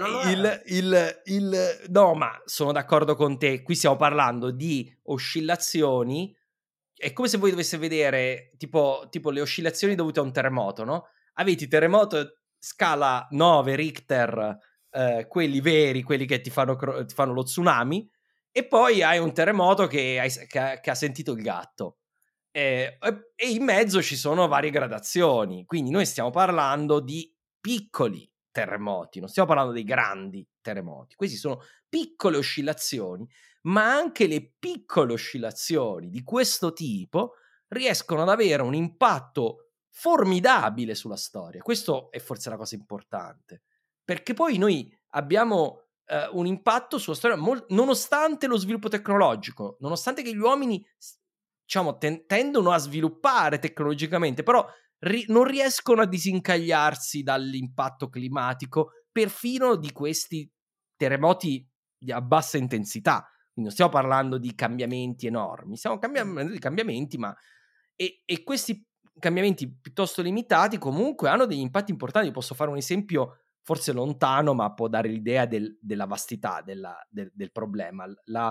No, ma sono d'accordo con te. Qui stiamo parlando di oscillazioni. È come se voi doveste vedere tipo le oscillazioni dovute a un terremoto, no? Avete terremoto scala 9 Richter, quelli veri, quelli che ti fanno lo tsunami, e poi hai un terremoto che ha sentito il gatto. E in mezzo ci sono varie gradazioni, quindi noi stiamo parlando di piccoli terremoti, non stiamo parlando dei grandi terremoti. Questi sono piccole oscillazioni, ma anche le piccole oscillazioni di questo tipo riescono ad avere un impatto formidabile sulla storia. Questo è forse la cosa importante, perché poi noi abbiamo un impatto sulla storia nonostante lo sviluppo tecnologico, nonostante che gli uomini diciamo tendono a sviluppare tecnologicamente, però non riescono a disincagliarsi dall'impatto climatico, perfino di questi terremoti a bassa intensità. Quindi non stiamo parlando di cambiamenti enormi, stiamo parlando di cambiamenti, ma e questi cambiamenti piuttosto limitati comunque hanno degli impatti importanti. Posso fare un esempio forse lontano, ma può dare l'idea della vastità del problema.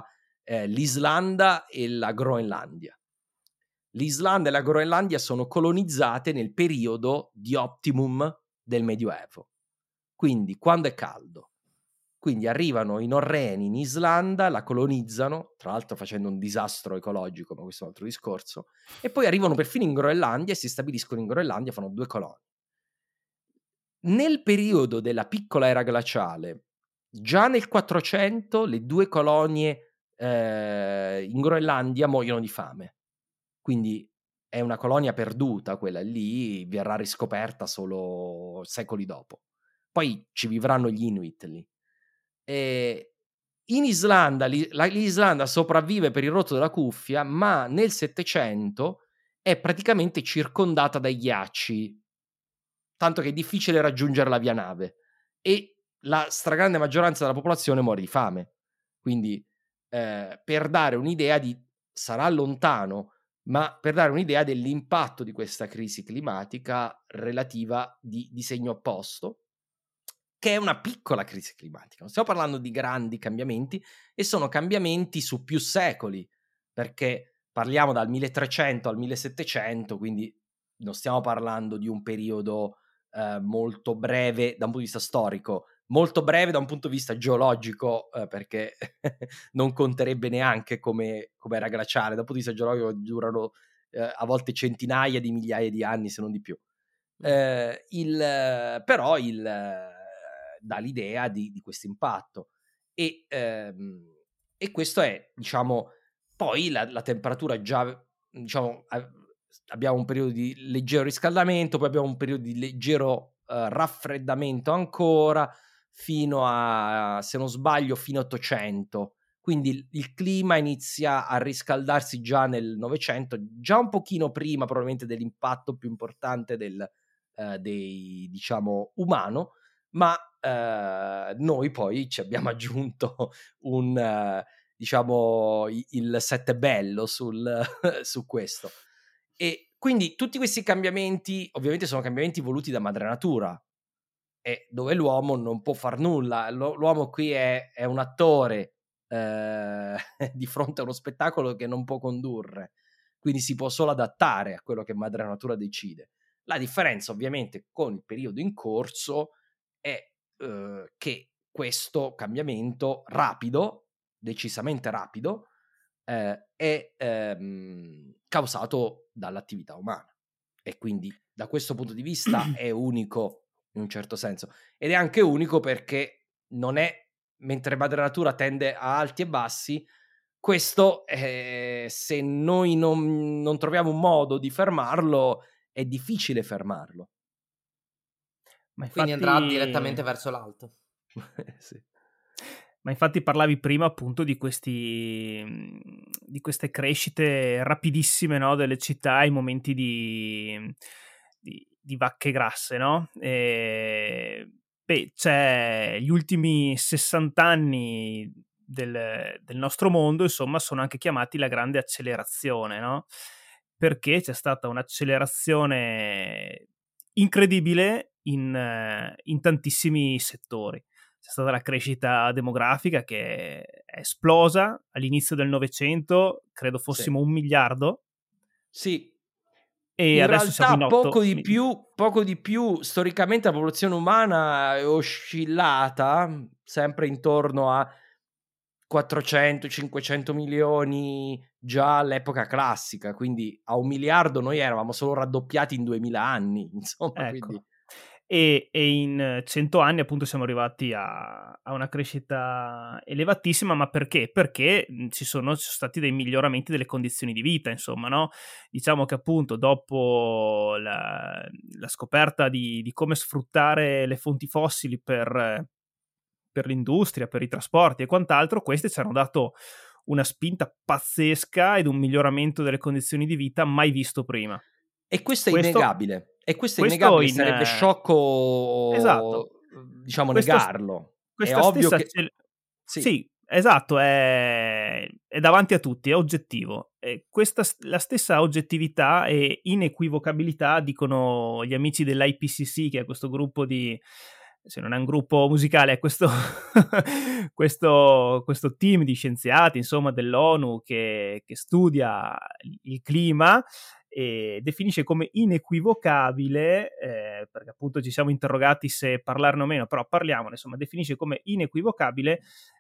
L'Islanda e la Groenlandia. L'Islanda e la Groenlandia sono colonizzate nel periodo di optimum del Medioevo, quindi quando è caldo. Quindi arrivano i norreni in Islanda, la colonizzano, tra l'altro facendo un disastro ecologico, ma questo è un altro discorso, e poi arrivano perfino in Groenlandia e si stabiliscono in Groenlandia, fanno 2 colonie. Nel periodo della piccola era glaciale, già nel 400 le 2 colonie in Groenlandia muoiono di fame. Quindi è una colonia perduta, quella lì verrà riscoperta solo secoli dopo. Poi ci vivranno gli Inuit lì. In Islanda, l'Islanda sopravvive per il rotto della cuffia, ma nel 700 è praticamente circondata dai ghiacci, tanto che è difficile raggiungere la via nave e la stragrande maggioranza della popolazione muore di fame. Quindi per dare un'idea sarà lontano, ma per dare un'idea dell'impatto di questa crisi climatica relativa di segno opposto, che è una piccola crisi climatica. Non stiamo parlando di grandi cambiamenti, e sono cambiamenti su più secoli, perché parliamo dal 1300 al 1700, quindi non stiamo parlando di un periodo molto breve da un punto di vista storico, molto breve da un punto di vista geologico, perché non conterebbe neanche come era glaciale. Da un punto di vista geologico durano a volte centinaia di migliaia di anni, se non di più. Però dà l'idea di questo impatto, e questo è, diciamo, poi la temperatura già, diciamo, abbiamo un periodo di leggero riscaldamento, poi abbiamo un periodo di leggero raffreddamento ancora, fino a, se non sbaglio, fino a 800. Quindi il clima inizia a riscaldarsi già nel 900, già un pochino prima probabilmente dell'impatto più importante diciamo umano, ma noi poi ci abbiamo aggiunto diciamo, il settebello su questo. E quindi tutti questi cambiamenti ovviamente sono cambiamenti voluti da madre natura, e dove l'uomo non può far nulla. L'uomo qui è un attore di fronte a uno spettacolo che non può condurre, quindi si può solo adattare a quello che madre natura decide. La differenza ovviamente con il periodo in corso è che questo cambiamento rapido, decisamente rapido, è causato dall'attività umana, e quindi da questo punto di vista è unico in un certo senso, ed è anche unico perché non è, mentre madre natura tende a alti e bassi, questo se noi non troviamo un modo di fermarlo, è difficile fermarlo. Ma infatti... Quindi andrà direttamente verso l'alto. Sì. Ma infatti parlavi prima appunto di queste crescite rapidissime, no, delle città in momenti di vacche grasse, no? C'è gli ultimi 60 anni del nostro mondo, insomma, sono anche chiamati la grande accelerazione, no? Perché c'è stata un'accelerazione incredibile in tantissimi settori. C'è stata la crescita demografica che è esplosa all'inizio del Novecento, credo fossimo 1 miliardo. Sì. E in adesso realtà siamo in 8. Poco di più. Storicamente la popolazione umana è oscillata sempre intorno a 400-500 milioni già all'epoca classica, quindi a 1 miliardo noi eravamo solo raddoppiati in 2000 anni, insomma. Ecco. Quindi... E in 100 anni appunto siamo arrivati a una crescita elevatissima, ma perché? Perché ci sono stati dei miglioramenti delle condizioni di vita, insomma, no? Diciamo che appunto dopo la scoperta di come sfruttare le fonti fossili per l'industria, per i trasporti e quant'altro, queste ci hanno dato una spinta pazzesca ed un miglioramento delle condizioni di vita mai visto prima. E questo è innegabile. E questo è innegabile, sarebbe sciocco, esatto, diciamo, negarlo. Questa è ovvio stessa che... Sì, esatto, è davanti a tutti, è oggettivo. E la stessa oggettività e inequivocabilità dicono gli amici dell'IPCC, che è questo gruppo se non è un gruppo musicale, è questo team di scienziati, insomma, dell'ONU che studia il clima, e definisce come inequivocabile, perché appunto ci siamo interrogati se parlarne o meno, però parliamone, insomma, definisce come inequivocabile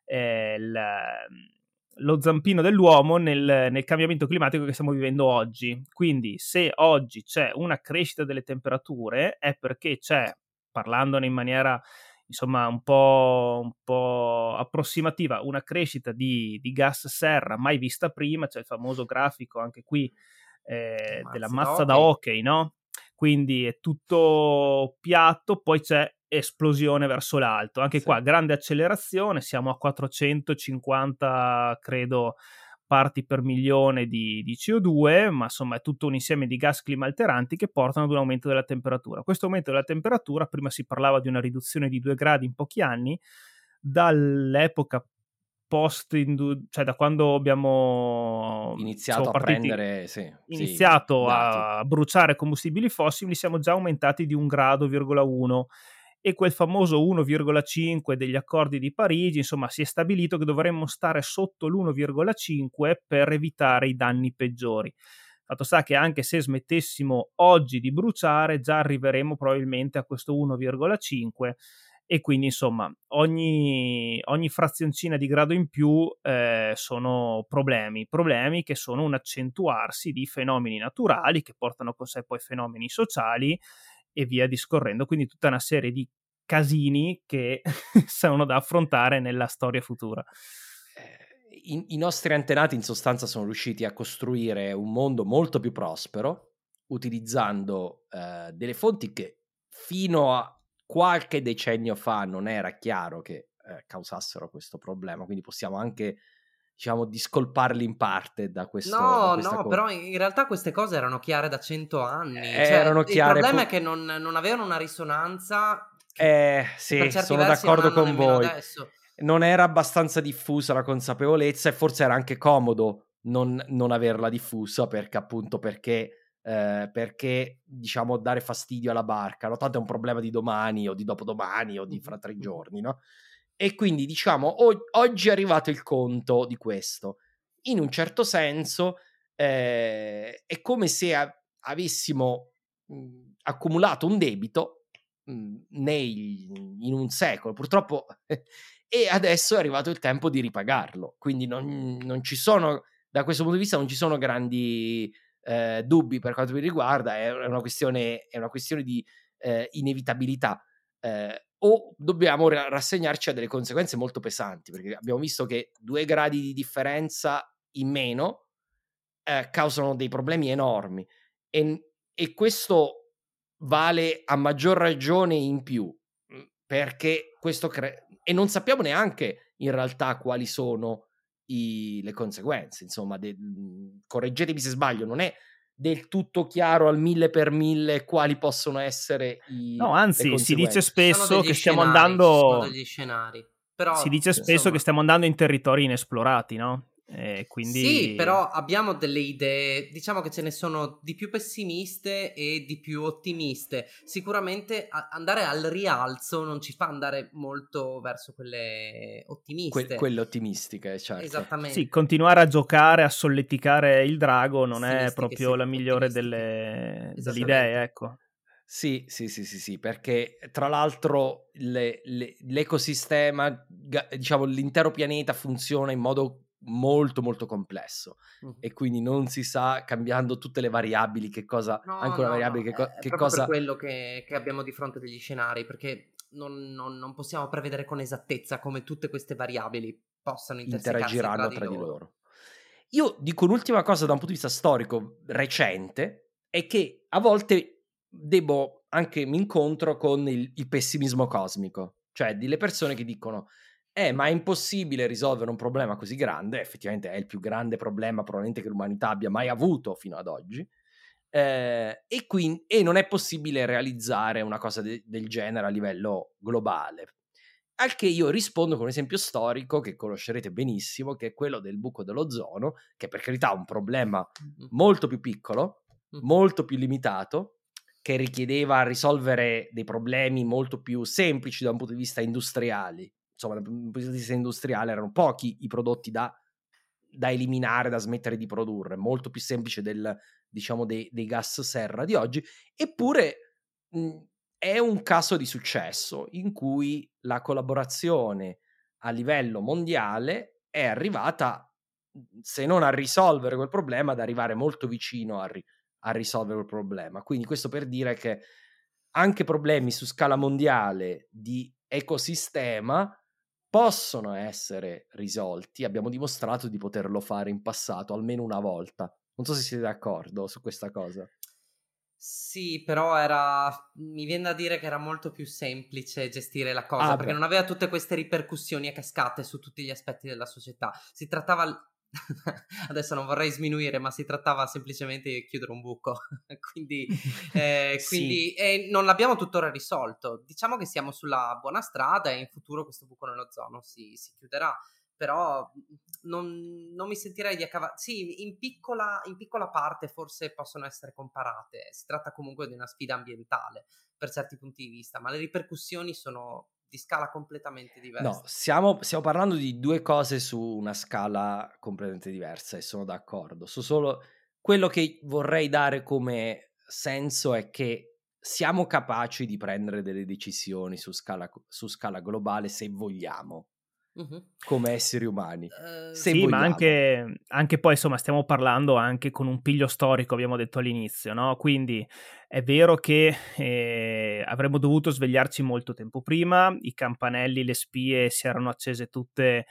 lo zampino dell'uomo nel cambiamento climatico che stiamo vivendo oggi. Quindi se oggi c'è una crescita delle temperature è perché c'è, parlandone in maniera insomma un po' approssimativa, una crescita di gas serra mai vista prima. C'è il famoso grafico anche qui della mazza da hockey, no? Quindi è tutto piatto, poi c'è esplosione verso l'alto. Anche qua grande accelerazione, siamo a 450 credo parti per milione di CO2, ma insomma è tutto un insieme di gas climalteranti che portano ad un aumento della temperatura. Questo aumento della temperatura, prima si parlava di una riduzione di 2 gradi in pochi anni, dall'epoca cioè da quando abbiamo iniziato a bruciare combustibili fossili, siamo già aumentati di 1,1 grado, e quel famoso 1,5 degli accordi di Parigi, insomma, si è stabilito che dovremmo stare sotto l'1,5 per evitare i danni peggiori. Fatto sta che anche se smettessimo oggi di bruciare, già arriveremo probabilmente a questo 1,5, e quindi insomma ogni frazioncina di grado in più sono problemi che sono un accentuarsi di fenomeni naturali che portano con sé poi fenomeni sociali e via discorrendo, quindi tutta una serie di casini che sono da affrontare nella storia futura. I nostri antenati in sostanza sono riusciti a costruire un mondo molto più prospero utilizzando delle fonti che fino a qualche decennio fa non era chiaro che causassero questo problema, quindi possiamo anche, diciamo, discolparli in parte da questo. No, però in realtà queste cose erano chiare da 100 anni. Erano chiare. Il problema è che non avevano una risonanza. Sì, sono d'accordo con voi. Adesso. non era abbastanza diffusa la consapevolezza, e forse era anche comodo non averla diffusa, perché appunto perché diciamo dare fastidio alla barca, no? Tanto è un problema di domani o di dopodomani o di fra 3 giorni, no? E quindi diciamo oggi è arrivato il conto di questo. In un certo senso è come se avessimo accumulato un debito in un secolo, purtroppo, e adesso è arrivato il tempo di ripagarlo. Quindi non ci sono, da questo punto di vista, non ci sono grandi dubbi per quanto mi riguarda. È una questione di inevitabilità. O dobbiamo rassegnarci a delle conseguenze molto pesanti, perché abbiamo visto che 2 gradi di differenza in meno causano dei problemi enormi, e questo vale a maggior ragione in più, perché questo e non sappiamo neanche in realtà quali sono le conseguenze. Insomma, correggetemi se sbaglio, non è del tutto chiaro al 1000 per 1000 quali possono essere no, anzi, si dice spesso che stiamo andando, ci sono degli scenari, però si dice spesso, insomma, che stiamo andando in territori inesplorati, no? Quindi... Sì, però abbiamo delle idee, diciamo che ce ne sono di più pessimiste e di più ottimiste. Sicuramente andare al rialzo non ci fa andare molto verso quelle ottimiste. Quelle ottimistiche, certo. Esattamente. Sì, continuare a giocare, a solleticare il drago non è proprio la migliore delle idee, ecco. Sì, perché tra l'altro l'ecosistema, diciamo l'intero pianeta funziona in modo molto molto complesso, e quindi non si sa, cambiando tutte le variabili, che cosa, anche una variabile che cosa... per quello che abbiamo di fronte degli scenari, perché non possiamo prevedere con esattezza come tutte queste variabili possano interagiranno tra di loro. Io dico un'ultima cosa da un punto di vista storico recente, è che a volte mi incontro con il pessimismo cosmico, cioè delle persone che dicono ma è impossibile risolvere un problema così grande. Effettivamente è il più grande problema probabilmente che l'umanità abbia mai avuto fino ad oggi, e non è possibile realizzare una cosa del genere a livello globale. Al che io rispondo con un esempio storico che conoscerete benissimo, che è quello del buco dell'ozono, che per carità è un problema molto più piccolo, molto più limitato, che richiedeva risolvere dei problemi molto più semplici da un punto di vista industriali. Insomma, dal punto di vista industriale erano pochi i prodotti da eliminare, da smettere di produrre, molto più semplice dei gas serra di oggi. Eppure è un caso di successo in cui la collaborazione a livello mondiale è arrivata, se non a risolvere quel problema, ad arrivare molto vicino a risolvere il problema. Quindi questo per dire che anche problemi su scala mondiale di ecosistema possono essere risolti. Abbiamo dimostrato di poterlo fare in passato, almeno una volta. Non so se siete d'accordo su questa cosa. Sì, però mi viene da dire che era molto più semplice gestire la cosa, perché non aveva tutte queste ripercussioni a cascate su tutti gli aspetti della società. Si trattava... Adesso non vorrei sminuire, ma si trattava semplicemente di chiudere un buco. quindi sì. non l'abbiamo tuttora risolto. Diciamo che siamo sulla buona strada e in futuro questo buco nell'ozono si chiuderà. Però non mi sentirei di sì, in piccola parte forse possono essere comparate. Si tratta comunque di una sfida ambientale per certi punti di vista, ma le ripercussioni sono di scala completamente diversa. No, stiamo parlando di due cose su una scala completamente diversa, e sono d'accordo. Solo quello che vorrei dare come senso è che siamo capaci di prendere delle decisioni su scala globale, se vogliamo, come esseri umani. Se sì, vogliamo. Ma anche poi, insomma, stiamo parlando anche con un piglio storico, abbiamo detto all'inizio, no? Quindi è vero che avremmo dovuto svegliarci molto tempo prima, i campanelli, le spie si erano accese tutte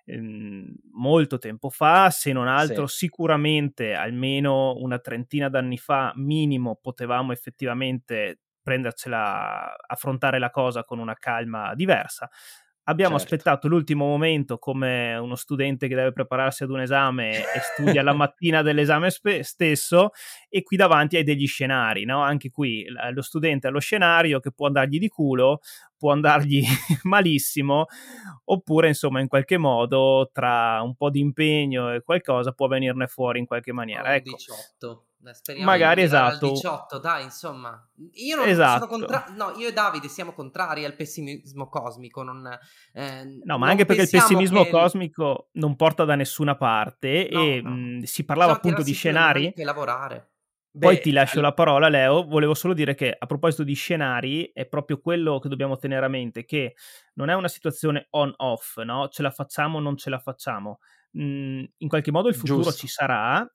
molto tempo fa, se non altro sicuramente almeno una trentina d'anni fa minimo potevamo effettivamente affrontare la cosa con una calma diversa. Abbiamo aspettato l'ultimo momento come uno studente che deve prepararsi ad un esame e studia la mattina dell'esame stesso, e qui davanti hai degli scenari, no? Anche qui lo studente ha lo scenario che può andargli di culo, può andargli malissimo, oppure insomma in qualche modo tra un po' di impegno e qualcosa può venirne fuori in qualche maniera. Ecco. 18. Speriamo Magari, di arrivare esatto. al 18, dai, insomma. Io non Esatto. sono io e Davide siamo contrari al pessimismo cosmico, no, ma anche perché il pessimismo cosmico non porta da nessuna parte, no. Si parlava appunto di scenari. Che lavorare. Poi ti lascio la parola, Leo. Volevo solo dire che a proposito di scenari è proprio quello che dobbiamo tenere a mente, che non è una situazione on-off, no? Ce la facciamo o non ce la facciamo. In qualche modo il futuro ci sarà,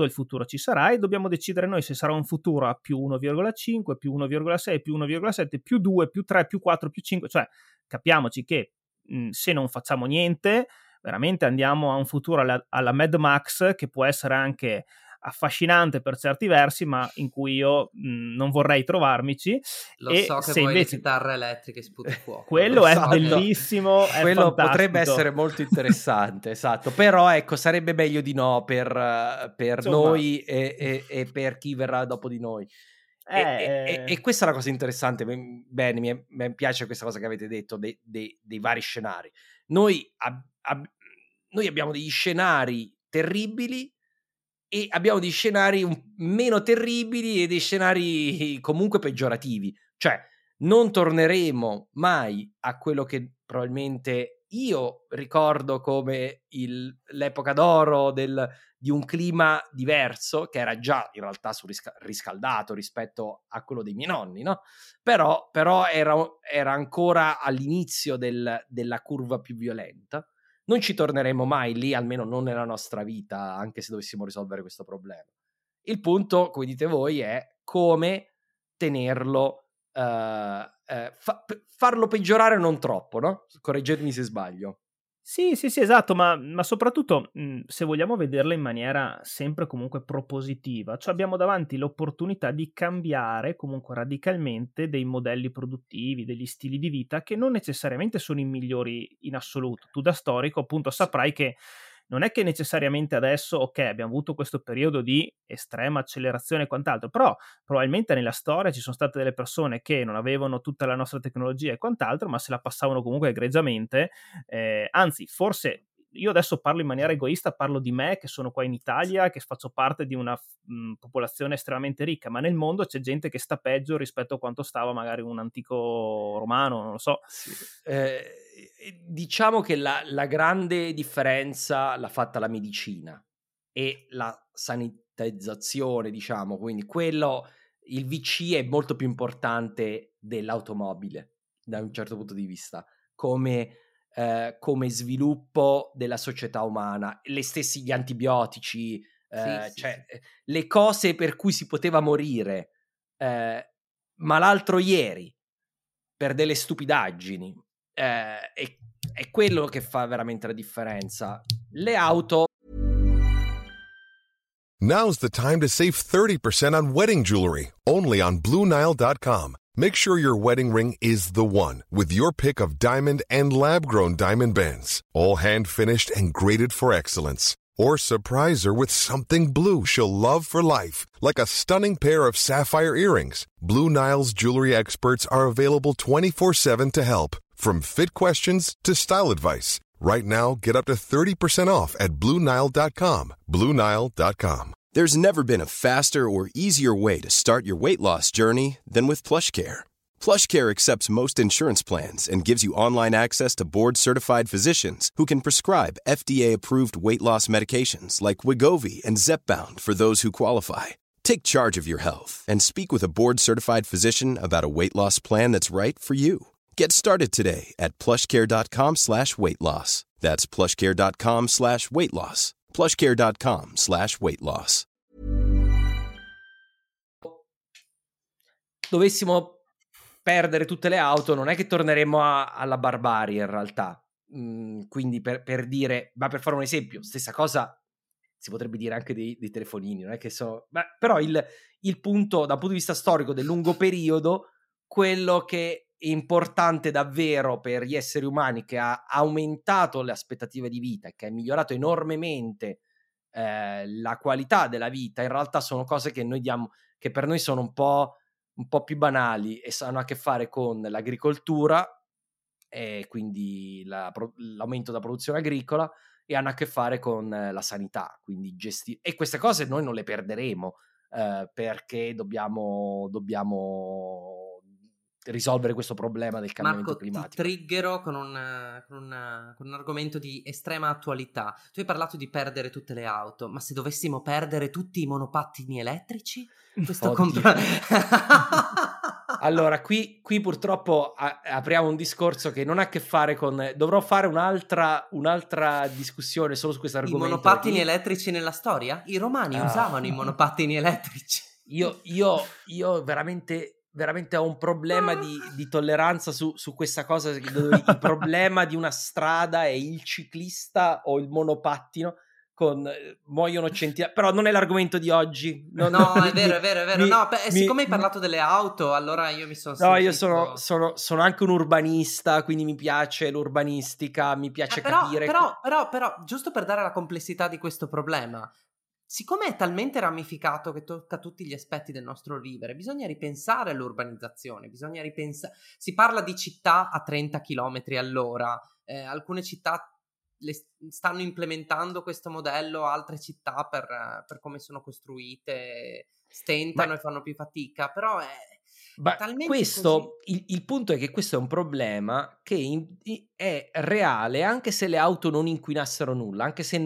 e dobbiamo decidere noi se sarà un futuro a più 1,5, più 1,6, più 1,7, più 2, più 3, più 4, più 5, cioè capiamoci che se non facciamo niente veramente andiamo a un futuro alla Mad Max, che può essere anche affascinante per certi versi, ma in cui io non vorrei trovarmici. Lo so che vuoi invece... le chitarre elettriche sputi fuoco. Quello è bellissimo, è quello fantastico. Potrebbe essere molto interessante, esatto, però ecco, sarebbe meglio di no per noi e per chi verrà dopo di noi. E questa è la cosa interessante. Bene, mi piace questa cosa che avete detto dei vari scenari. Noi abbiamo degli scenari terribili e abbiamo dei scenari meno terribili e dei scenari comunque peggiorativi. Cioè, non torneremo mai a quello che probabilmente io ricordo come l'epoca d'oro di un clima diverso, che era già in realtà riscaldato rispetto a quello dei miei nonni, no? Però era ancora all'inizio della curva più violenta. Non ci torneremo mai lì, almeno non nella nostra vita, anche se dovessimo risolvere questo problema. Il punto, come dite voi, è come tenerlo, farlo peggiorare non troppo, no? Correggetemi se sbaglio. Sì, esatto, ma soprattutto se vogliamo vederla in maniera sempre comunque propositiva, cioè abbiamo davanti l'opportunità di cambiare comunque radicalmente dei modelli produttivi, degli stili di vita che non necessariamente sono i migliori in assoluto. Tu da storico appunto saprai che non è che necessariamente adesso, ok, abbiamo avuto questo periodo di estrema accelerazione e quant'altro, però probabilmente nella storia ci sono state delle persone che non avevano tutta la nostra tecnologia e quant'altro, ma se la passavano comunque egregiamente, anzi, forse io adesso parlo in maniera egoista, parlo di me che sono qua in Italia, che faccio parte di una popolazione estremamente ricca, ma nel mondo c'è gente che sta peggio rispetto a quanto stava magari un antico romano, non lo so. Sì. Diciamo che la grande differenza l'ha fatta la medicina e la sanitizzazione, diciamo, quindi il VC è molto più importante dell'automobile da un certo punto di vista, come sviluppo della società umana. Gli antibiotici, cioè le cose per cui si poteva morire, ma l'altro ieri per delle stupidaggini, è quello che fa veramente la differenza. Le auto. Now's the time to save 30% on wedding jewelry, only on BlueNile.com. Make sure your wedding ring is the one with your pick of diamond and lab-grown diamond bands, all hand-finished and graded for excellence. Or surprise her with something blue she'll love for life, like a stunning pair of sapphire earrings. Blue Nile's jewelry experts are available 24/7 to help, from fit questions to style advice. Right now, get up to 30% off at BlueNile.com. BlueNile.com. There's never been a faster or easier way to start your weight loss journey than with PlushCare. PlushCare accepts most insurance plans and gives you online access to board-certified physicians who can prescribe FDA-approved weight loss medications like Wegovy and Zepbound for those who qualify. Take charge of your health and speak with a board-certified physician about a weight loss plan that's right for you. Get started today at plushcare.com/weightloss. That's plushcare.com/weightloss. plushcare.com/weightloss. Dovessimo perdere tutte le auto, non è che torneremo alla barbarie in realtà. Quindi per dire, ma per fare un esempio, stessa cosa si potrebbe dire anche dei telefonini, non è che però il punto dal punto di vista storico del lungo periodo, quello che importante davvero per gli esseri umani, che ha aumentato le aspettative di vita e che ha migliorato enormemente la qualità della vita, in realtà sono cose che noi diamo, che per noi sono un po' più banali e hanno a che fare con l'agricoltura e quindi l'aumento della produzione agricola, e hanno a che fare con la sanità, quindi e queste cose noi non le perderemo perché dobbiamo risolvere questo problema del cambiamento climatico. Ti triggerò con un argomento di estrema attualità. Tu hai parlato di perdere tutte le auto, ma se dovessimo perdere tutti i monopattini elettrici? Questo Allora, qui purtroppo apriamo un discorso che non ha a che fare con... Dovrò fare un'altra discussione solo su questo argomento. I monopattini elettrici nella storia? I romani usavano i monopattini elettrici. Io veramente ho un problema di tolleranza su questa cosa. Il problema di una strada è il ciclista o il monopattino. Muoiono centinaia, però non è l'argomento di oggi. No, è vero. Siccome hai parlato delle auto, allora io mi sono sentito... io sono anche un urbanista, quindi mi piace l'urbanistica, mi piace capire. Però, giusto per dare la complessità di questo problema, siccome è talmente ramificato che tocca tutti gli aspetti del nostro vivere, bisogna ripensare all'urbanizzazione, si parla di città a 30 km all'ora, alcune città stanno implementando questo modello, altre città per come sono costruite stentano e fanno più fatica, però è talmente questo il punto è che questo è un problema che è reale, anche se le auto non inquinassero nulla, anche se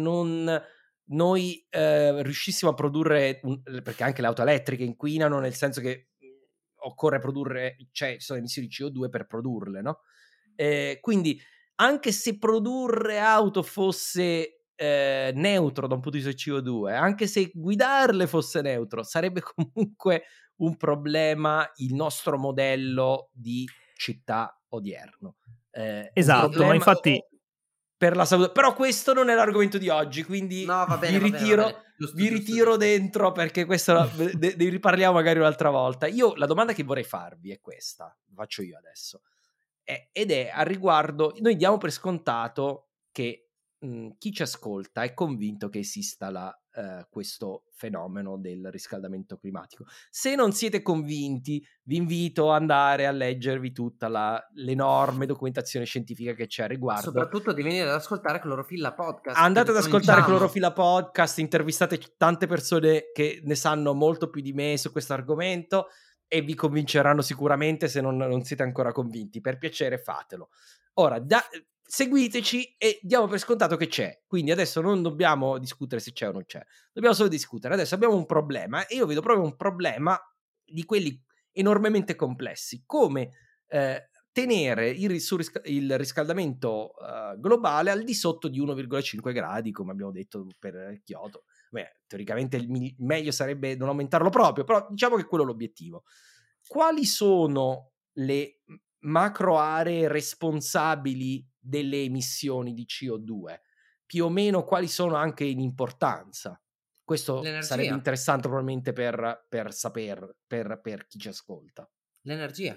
noi riuscissimo a produrre perché anche le auto elettriche inquinano, nel senso che occorre produrre, cioè ci sono emissioni di CO2 per produrle, no? Quindi anche se produrre auto fosse neutro da un punto di vista CO2, anche se guidarle fosse neutro, sarebbe comunque un problema il nostro modello di città odierno. Esatto, ma infatti per la salute. Però questo non è l'argomento di oggi, quindi vi ritiro dentro, perché questo ne riparliamo magari un'altra volta. Io la domanda che vorrei farvi è questa, faccio io adesso. Ed è a riguardo, noi diamo per scontato che chi ci ascolta è convinto che esista questo fenomeno del riscaldamento climatico. Se non siete convinti, vi invito ad andare a leggervi tutta l'enorme documentazione scientifica che c'è a riguardo. Soprattutto di venire ad ascoltare Clorofilla Podcast. Andate ad ascoltare Clorofilla Podcast, intervistate tante persone che ne sanno molto più di me su questo argomento e vi convinceranno sicuramente. Se non siete ancora convinti, per piacere fatelo. Ora, seguiteci e diamo per scontato che c'è. Quindi adesso non dobbiamo discutere se c'è o non c'è, dobbiamo solo discutere. Adesso abbiamo un problema e io vedo proprio un problema di quelli enormemente complessi, come tenere il riscaldamento globale al di sotto di 1,5 gradi, come abbiamo detto per Kyoto. Teoricamente il meglio sarebbe non aumentarlo proprio, però diciamo che quello è l'obiettivo. Quali sono le macro aree responsabili delle emissioni di CO2? Più o meno quali sono anche in importanza? Questo sarebbe interessante probabilmente per sapere, per chi ci ascolta. L'energia.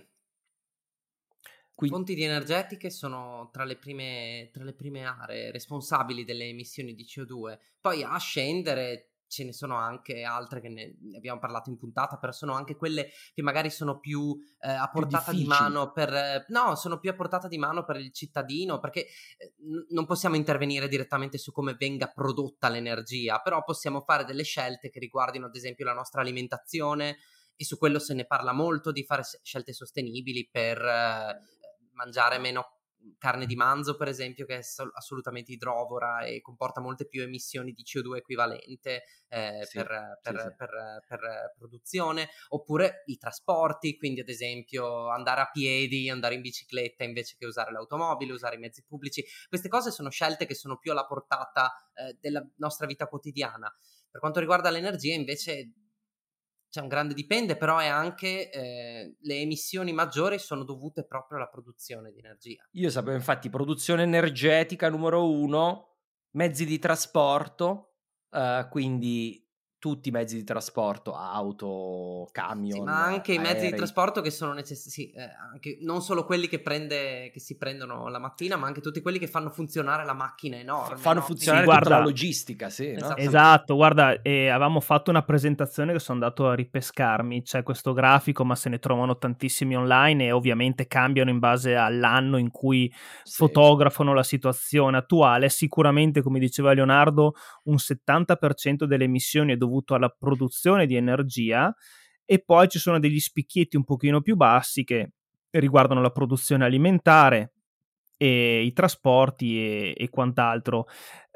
Fonti di energetiche sono tra le prime aree responsabili delle emissioni di CO2. Poi a scendere ce ne sono anche altre che ne abbiamo parlato in puntata, però sono anche quelle che magari sono più a portata di mano sono più a portata di mano per il cittadino, perché non possiamo intervenire direttamente su come venga prodotta l'energia, però possiamo fare delle scelte che riguardino ad esempio la nostra alimentazione, e su quello se ne parla molto, di fare scelte sostenibili per mangiare meno carne di manzo, per esempio, che è assolutamente idrovora e comporta molte più emissioni di CO2 equivalente per produzione, oppure i trasporti, quindi ad esempio andare a piedi, andare in bicicletta invece che usare l'automobile, usare i mezzi pubblici. Queste cose sono scelte che sono più alla portata della nostra vita quotidiana. Per quanto riguarda l'energia invece c'è un grande dipende, però è anche le emissioni maggiori sono dovute proprio alla produzione di energia. Io sapevo infatti produzione energetica numero 1, mezzi di trasporto, quindi tutti i mezzi di trasporto, auto, camion, sì, ma anche i mezzi aerei. di trasporto che sono anche non solo quelli che si prendono la mattina, ma anche tutti quelli che fanno funzionare la macchina enorme. Fanno funzionare Sì, tutta guarda, la logistica, sì, no? Esatto, guarda, avevamo fatto una presentazione che sono andato a ripescarmi, c'è questo grafico, ma se ne trovano tantissimi online e ovviamente cambiano in base all'anno in cui fotografano la situazione attuale. Sicuramente, come diceva Leonardo, un 70% delle emissioni è dovuto alla produzione di energia, e poi ci sono degli spicchietti un pochino più bassi che riguardano la produzione alimentare e i trasporti e quant'altro.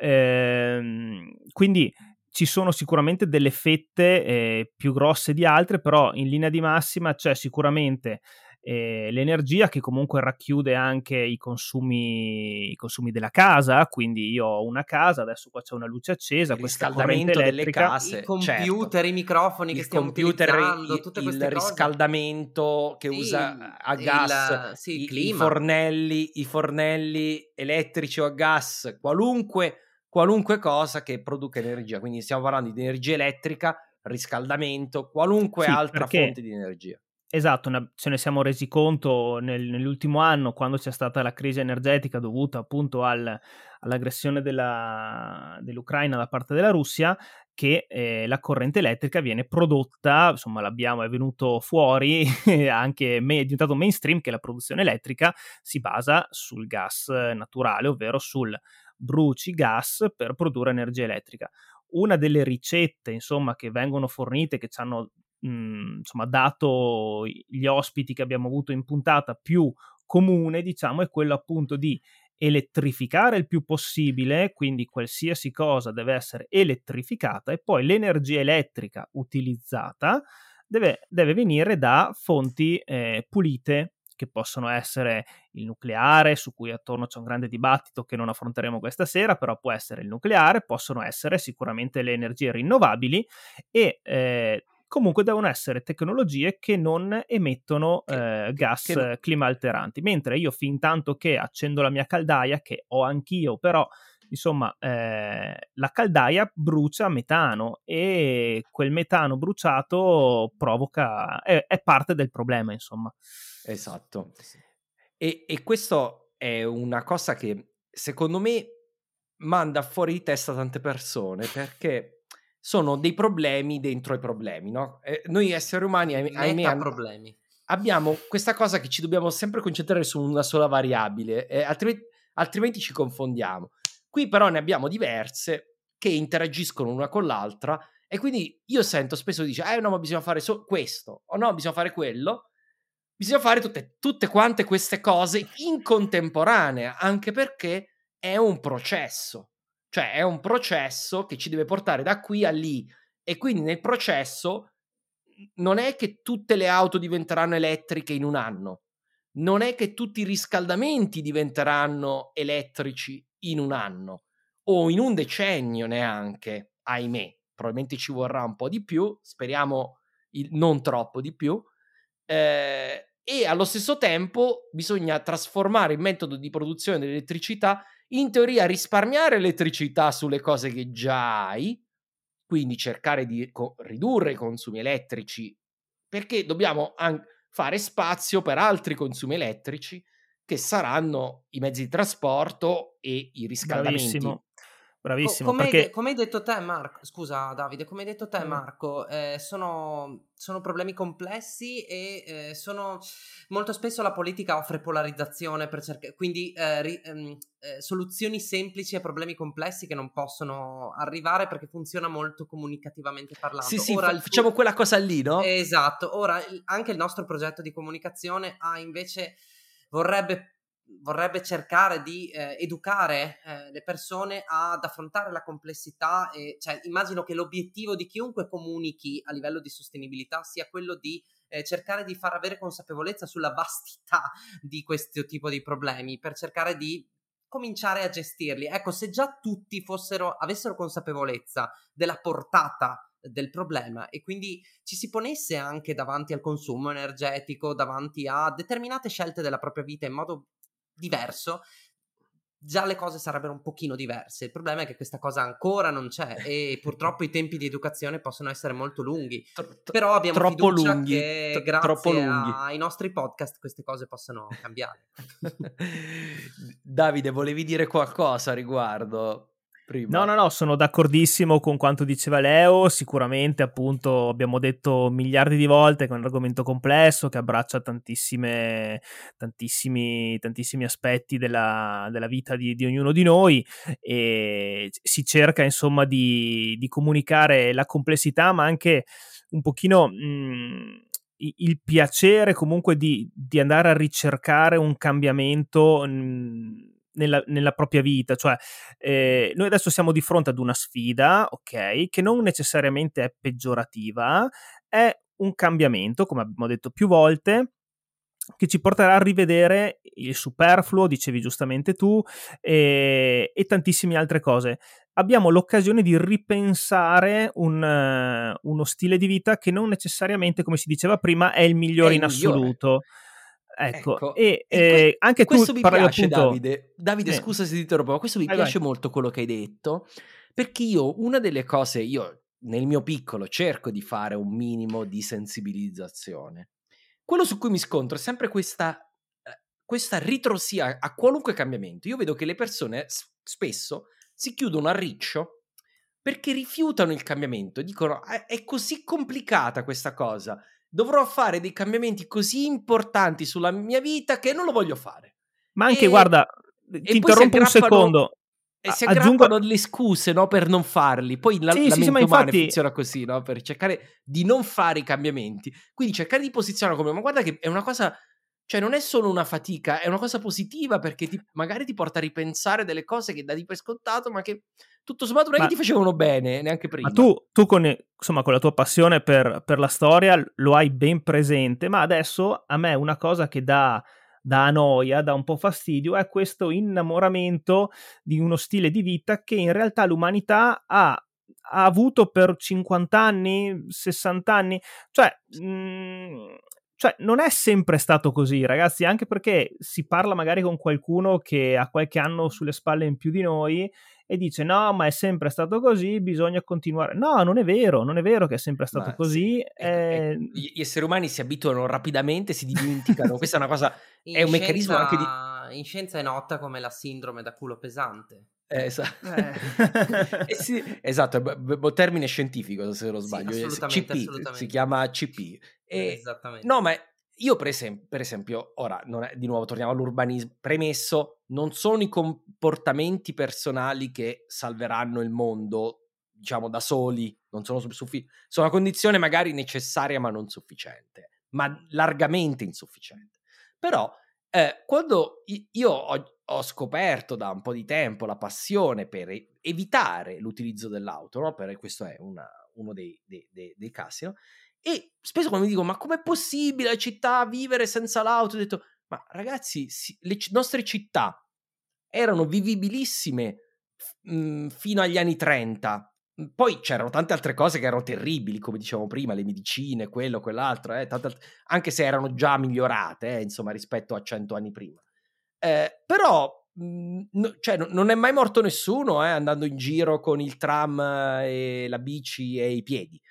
Quindi ci sono sicuramente delle fette più grosse di altre, però in linea di massima c'è sicuramente l'energia, che comunque racchiude anche i consumi della casa. Quindi io ho una casa, adesso qua c'è una luce accesa, il questa corrente riscaldamento elettrica, delle case, i computer, i microfoni che stiamo utilizzando, tutte queste il cose. riscaldamento che usa a gas, i fornelli elettrici o a gas, qualunque cosa che produca energia. Quindi stiamo parlando di energia elettrica, riscaldamento, qualunque altra fonte di energia. Esatto, ce ne siamo resi conto nell'ultimo anno, quando c'è stata la crisi energetica dovuta appunto all'aggressione dell'Ucraina da parte della Russia, che la corrente elettrica viene prodotta, insomma è venuto fuori anche è diventato mainstream che la produzione elettrica si basa sul gas naturale, ovvero sul bruci gas per produrre energia elettrica. Una delle ricette, insomma, che vengono fornite, che ci hanno dato gli ospiti che abbiamo avuto in puntata, più comune, diciamo, è quello appunto di elettrificare il più possibile, quindi qualsiasi cosa deve essere elettrificata, e poi l'energia elettrica utilizzata deve venire da fonti pulite, che possono essere il nucleare, su cui attorno c'è un grande dibattito che non affronteremo questa sera, però può essere il nucleare, possono essere sicuramente le energie rinnovabili, e comunque devono essere tecnologie che non emettono gas climalteranti. Mentre io, fin tanto che accendo la mia caldaia, che ho anch'io, però insomma la caldaia brucia metano, e quel metano bruciato è parte del problema, insomma. Esatto. E questo è una cosa che secondo me manda fuori di testa tante persone, perché sono dei problemi dentro ai problemi, no? Noi esseri umani, ahimè, abbiamo questa cosa che ci dobbiamo sempre concentrare su una sola variabile, altrimenti ci confondiamo. Qui però ne abbiamo diverse che interagiscono una con l'altra, e quindi io sento spesso dice no, ma bisogna fare questo, o no, bisogna fare quello. Bisogna fare tutte quante queste cose in contemporanea, anche perché è un processo. Cioè è un processo che ci deve portare da qui a lì, e quindi nel processo non è che tutte le auto diventeranno elettriche in un anno, non è che tutti i riscaldamenti diventeranno elettrici in un anno o in un decennio neanche, ahimè. Probabilmente ci vorrà un po' di più, speriamo non troppo di più. E allo stesso tempo bisogna trasformare il metodo di produzione dell'elettricità, in teoria risparmiare elettricità sulle cose che già hai, quindi cercare di ridurre i consumi elettrici, perché dobbiamo fare spazio per altri consumi elettrici, che saranno i mezzi di trasporto e i riscaldamenti. Bravissimo. Come hai detto te, Marco, scusa Davide, come hai detto te, Marco, sono problemi complessi, e sono molto spesso la politica offre polarizzazione per cercare, quindi soluzioni semplici a problemi complessi che non possono arrivare, perché funziona molto comunicativamente parlando. Sì, ora facciamo quella cosa lì, no? Esatto. Ora anche il nostro progetto di comunicazione invece vorrebbe cercare di educare le persone ad affrontare la complessità, e cioè immagino che l'obiettivo di chiunque comunichi a livello di sostenibilità sia quello di cercare di far avere consapevolezza sulla vastità di questo tipo di problemi, per cercare di cominciare a gestirli. Ecco, se già tutti avessero consapevolezza della portata del problema, e quindi ci si ponesse anche davanti al consumo energetico, davanti a determinate scelte della propria vita in modo diverso, già le cose sarebbero un pochino diverse. Il problema è che questa cosa ancora non c'è e purtroppo i tempi di educazione possono essere molto lunghi, però abbiamo troppo fiducia lunghi, che troppo grazie lunghi. ai nostri podcast queste cose possano cambiare. Davide, volevi dire qualcosa a riguardo? Prima. No, sono d'accordissimo con quanto diceva Leo. Sicuramente, appunto, abbiamo detto miliardi di volte che è un argomento complesso che abbraccia tantissimi aspetti della vita di ognuno di noi, e si cerca insomma di comunicare la complessità, ma anche un pochino il piacere comunque di andare a ricercare un cambiamento nella propria vita. Cioè noi adesso siamo di fronte ad una sfida, ok, che non necessariamente è peggiorativa, è un cambiamento, come abbiamo detto più volte, che ci porterà a rivedere il superfluo, dicevi giustamente tu, e tantissime altre cose. Abbiamo l'occasione di ripensare uno stile di vita che non necessariamente, come si diceva prima, è il migliore in assoluto. Ecco. E anche questo tu mi parlavi piace, appunto... Davide, scusa se ti interrompo, ma questo mi piace molto quello che hai detto, perché una delle cose, io nel mio piccolo cerco di fare un minimo di sensibilizzazione. Quello su cui mi scontro è sempre questa ritrosia a qualunque cambiamento. Io vedo che le persone spesso si chiudono a riccio perché rifiutano il cambiamento, dicono è così complicata questa cosa, dovrò fare dei cambiamenti così importanti sulla mia vita che non lo voglio fare. Ma anche, guarda, ti interrompo un secondo. E si aggrappano le scuse, no, per non farli. Poi la mente umana infatti... funziona così, no? Per cercare di non fare i cambiamenti. Quindi cercare di posizionare come, ma guarda che è una cosa, cioè non è solo una fatica, è una cosa positiva, perché magari ti porta a ripensare delle cose che dai per scontato, ma che tutto sommato non è che ti facevano bene neanche prima. Ma tu con la tua passione per la storia lo hai ben presente, ma adesso a me una cosa che dà noia, dà un po' fastidio, è questo innamoramento di uno stile di vita che in realtà l'umanità ha avuto per 50 anni, 60 anni, cioè non è sempre stato così, ragazzi, anche perché si parla magari con qualcuno che ha qualche anno sulle spalle in più di noi e dice no, ma è sempre stato così, bisogna continuare. No, non è vero che è sempre stato così. Sì. Gli esseri umani si abituano rapidamente, si dimenticano. Questa è una cosa, è un meccanismo anche di... In scienza è nota come la sindrome da culo pesante. Sì, esatto, è un termine scientifico se non sbaglio, sì, assolutamente. Si chiama CP. Esattamente. No, ma io per esempio, ora di nuovo torniamo all'urbanismo, premesso, non sono i comportamenti personali che salveranno il mondo, diciamo, da soli, non sono sono una condizione magari necessaria ma non sufficiente, ma largamente insufficiente. Però quando io ho scoperto da un po' di tempo la passione per evitare l'utilizzo dell'auto, no? Questo è uno dei casi, no? E spesso quando mi dico ma com'è possibile la città vivere senza l'auto, ho detto ma ragazzi, le nostre città erano vivibilissime fino agli anni 30. Poi c'erano tante altre cose che erano terribili, come dicevamo prima, le medicine, quello, quell'altro, anche se erano già migliorate, insomma, rispetto a 100 anni prima. Però non è mai morto nessuno andando in giro con il tram e la bici e i piedi.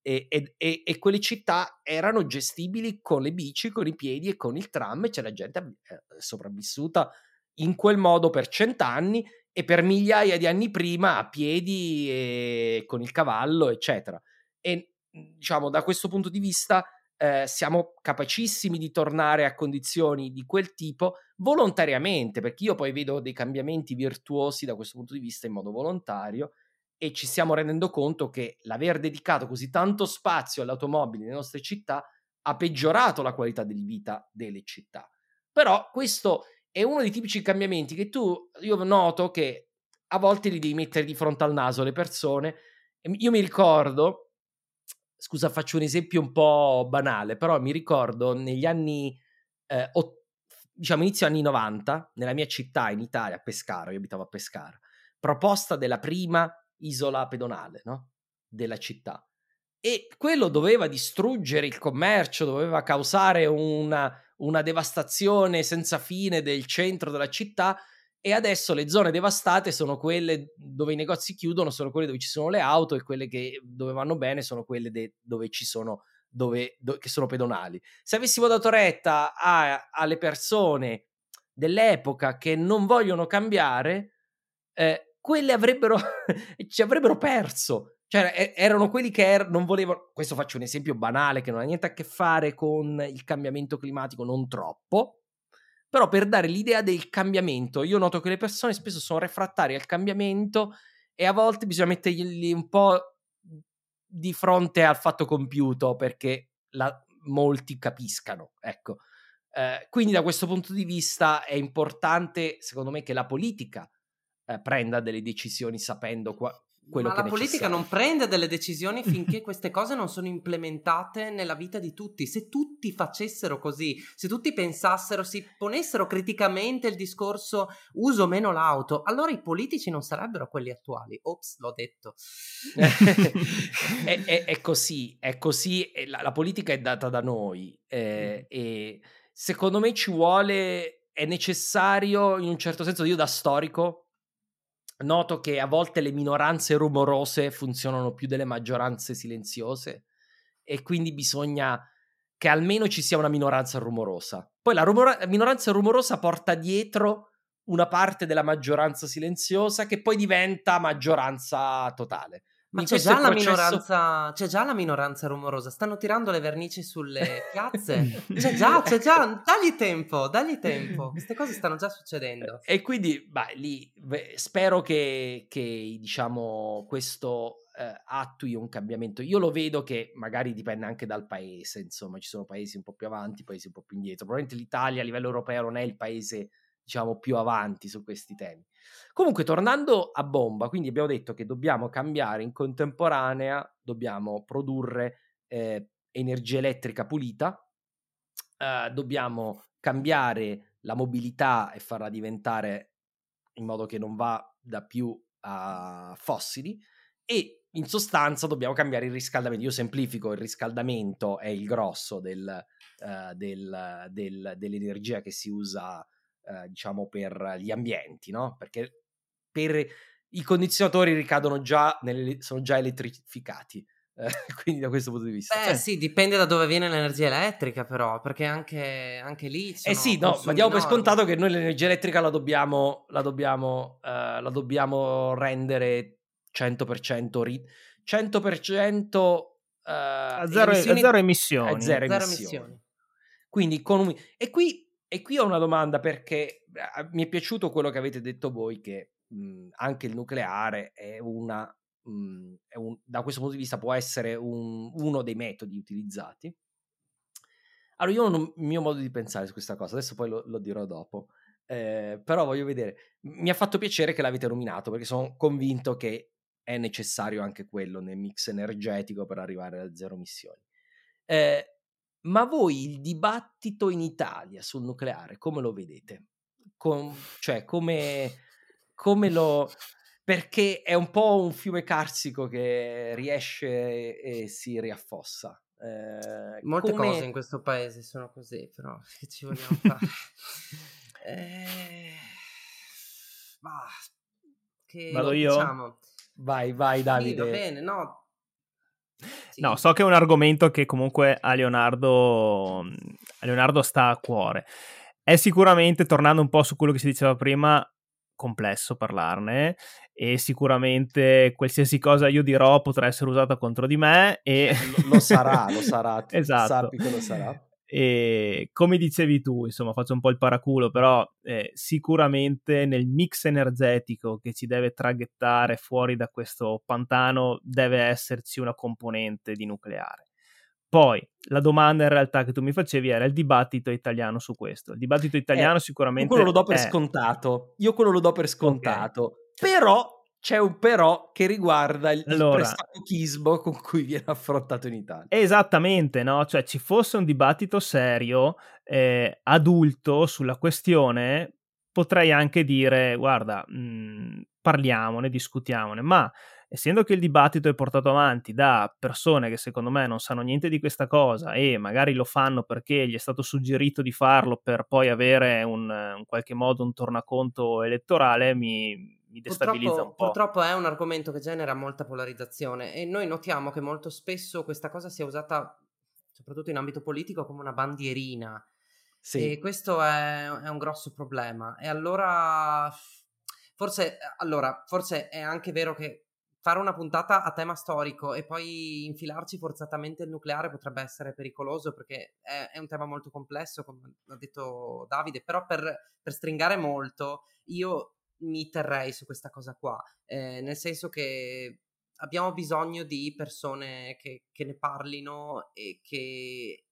E quelle città erano gestibili con le bici, con i piedi e con il tram, e c'è la gente sopravvissuta in quel modo per 100 anni e per migliaia di anni prima a piedi e con il cavallo, eccetera. E diciamo, da questo punto di vista siamo capacissimi di tornare a condizioni di quel tipo volontariamente, perché io poi vedo dei cambiamenti virtuosi da questo punto di vista in modo volontario, e ci stiamo rendendo conto che l'aver dedicato così tanto spazio alle automobili nelle nostre città ha peggiorato la qualità di vita delle città. Però questo è uno dei tipici cambiamenti che io noto che a volte li devi mettere di fronte al naso alle persone. Io mi ricordo, scusa, faccio un esempio un po' banale, però mi ricordo negli anni diciamo inizio anni 90, nella mia città in Italia, a Pescara, io abitavo a Pescara, proposta della prima isola pedonale, no? Della città, e quello doveva distruggere il commercio, doveva causare una devastazione senza fine del centro della città, e adesso le zone devastate sono quelle dove i negozi chiudono, sono quelle dove ci sono le auto, e quelle dove vanno bene sono quelle dove ci sono che sono pedonali. Se avessimo dato retta alle persone dell'epoca che non vogliono cambiare, quelle ci avrebbero perso. Cioè, erano quelli che non volevano. Questo faccio un esempio banale che non ha niente a che fare con il cambiamento climatico, non troppo, però per dare l'idea del cambiamento. Io noto che le persone spesso sono refrattarie al cambiamento e a volte bisogna mettergli un po' di fronte al fatto compiuto perché molti capiscano, ecco. Quindi da questo punto di vista è importante, secondo me, che la politica prenda delle decisioni sapendo quello che è necessario. Ma la politica non prende delle decisioni finché queste cose non sono implementate nella vita di tutti. Se tutti facessero così, se tutti pensassero, si ponessero criticamente il discorso uso meno l'auto, allora i politici non sarebbero quelli attuali. Ops, l'ho detto. È così, la politica è data da noi, e secondo me è necessario, in un certo senso. Io da storico noto che a volte le minoranze rumorose funzionano più delle maggioranze silenziose, e quindi bisogna che almeno ci sia una minoranza rumorosa. Poi la minoranza rumorosa porta dietro una parte della maggioranza silenziosa che poi diventa maggioranza totale. Ma c'è già la minoranza rumorosa, stanno tirando le vernici sulle piazze, c'è già, dagli tempo, queste cose stanno già succedendo. E quindi, lì spero che diciamo questo attui un cambiamento. Io lo vedo che magari dipende anche dal paese, insomma, ci sono paesi un po' più avanti, paesi un po' più indietro. Probabilmente l'Italia a livello europeo non è il paese, diciamo, più avanti su questi temi. Comunque, tornando a bomba, quindi abbiamo detto che dobbiamo cambiare in contemporanea, dobbiamo produrre energia elettrica pulita, dobbiamo cambiare la mobilità e farla diventare in modo che non va da più a fossili, e in sostanza dobbiamo cambiare il riscaldamento. Io semplifico: il riscaldamento è il grosso dell'energia che si usa diciamo per gli ambienti, no? Perché per i condizionatori sono già elettrificati, quindi da questo punto di vista sì, dipende da dove viene l'energia elettrica, però, perché anche lì sono sì, no, ma diamo per enormi. scontato che noi l'energia elettrica la dobbiamo rendere 100% 100% a zero emissioni. Quindi e qui ho una domanda, perché mi è piaciuto quello che avete detto voi, che anche il nucleare è da questo punto di vista può essere uno dei metodi utilizzati. Allora, io ho un mio modo di pensare su questa cosa, adesso poi lo dirò dopo, però voglio vedere. Mi ha fatto piacere che l'avete nominato, perché sono convinto che è necessario anche quello nel mix energetico per arrivare a zero emissioni. Ma voi il dibattito in Italia sul nucleare come lo vedete? Cioè, come lo... Perché è un po' un fiume carsico che riesce e si riaffossa. Molte cose in questo paese sono così, però che ci vogliamo fare? Vado io? Diciamo. Vai Davide. Sì, va bene, no. Sì. No, so che è un argomento che comunque a Leonardo sta a cuore. È sicuramente, tornando un po' su quello che si diceva prima, complesso parlarne, e sicuramente qualsiasi cosa io dirò potrà essere usata contro di me, e lo sarà esatto. Sappi che lo sarà. E come dicevi tu, insomma, faccio un po' il paraculo, però sicuramente nel mix energetico che ci deve traghettare fuori da questo pantano deve esserci una componente di nucleare. Poi la domanda in realtà che tu mi facevi era il dibattito italiano su questo. Il dibattito italiano sicuramente... Quello lo do per scontato. Io quello lo do per scontato. Okay. Però c'è un però che riguarda il pressappochismo con cui viene affrontato in Italia. Esattamente, no? Cioè, ci fosse un dibattito serio, adulto sulla questione, potrei anche dire, guarda, parliamone, discutiamone, ma essendo che il dibattito è portato avanti da persone che secondo me non sanno niente di questa cosa e magari lo fanno perché gli è stato suggerito di farlo per poi avere in qualche modo un tornaconto elettorale, mi destabilizza un po'. Purtroppo è un argomento che genera molta polarizzazione e noi notiamo che molto spesso questa cosa sia usata, soprattutto in ambito politico, come una bandierina. Sì. E questo è un grosso problema. E allora forse è anche vero che fare una puntata a tema storico e poi infilarci forzatamente il nucleare potrebbe essere pericoloso, perché è un tema molto complesso, come ha detto Davide, però per stringare molto io mi terrei su questa cosa qua, nel senso che abbiamo bisogno di persone che ne parlino e che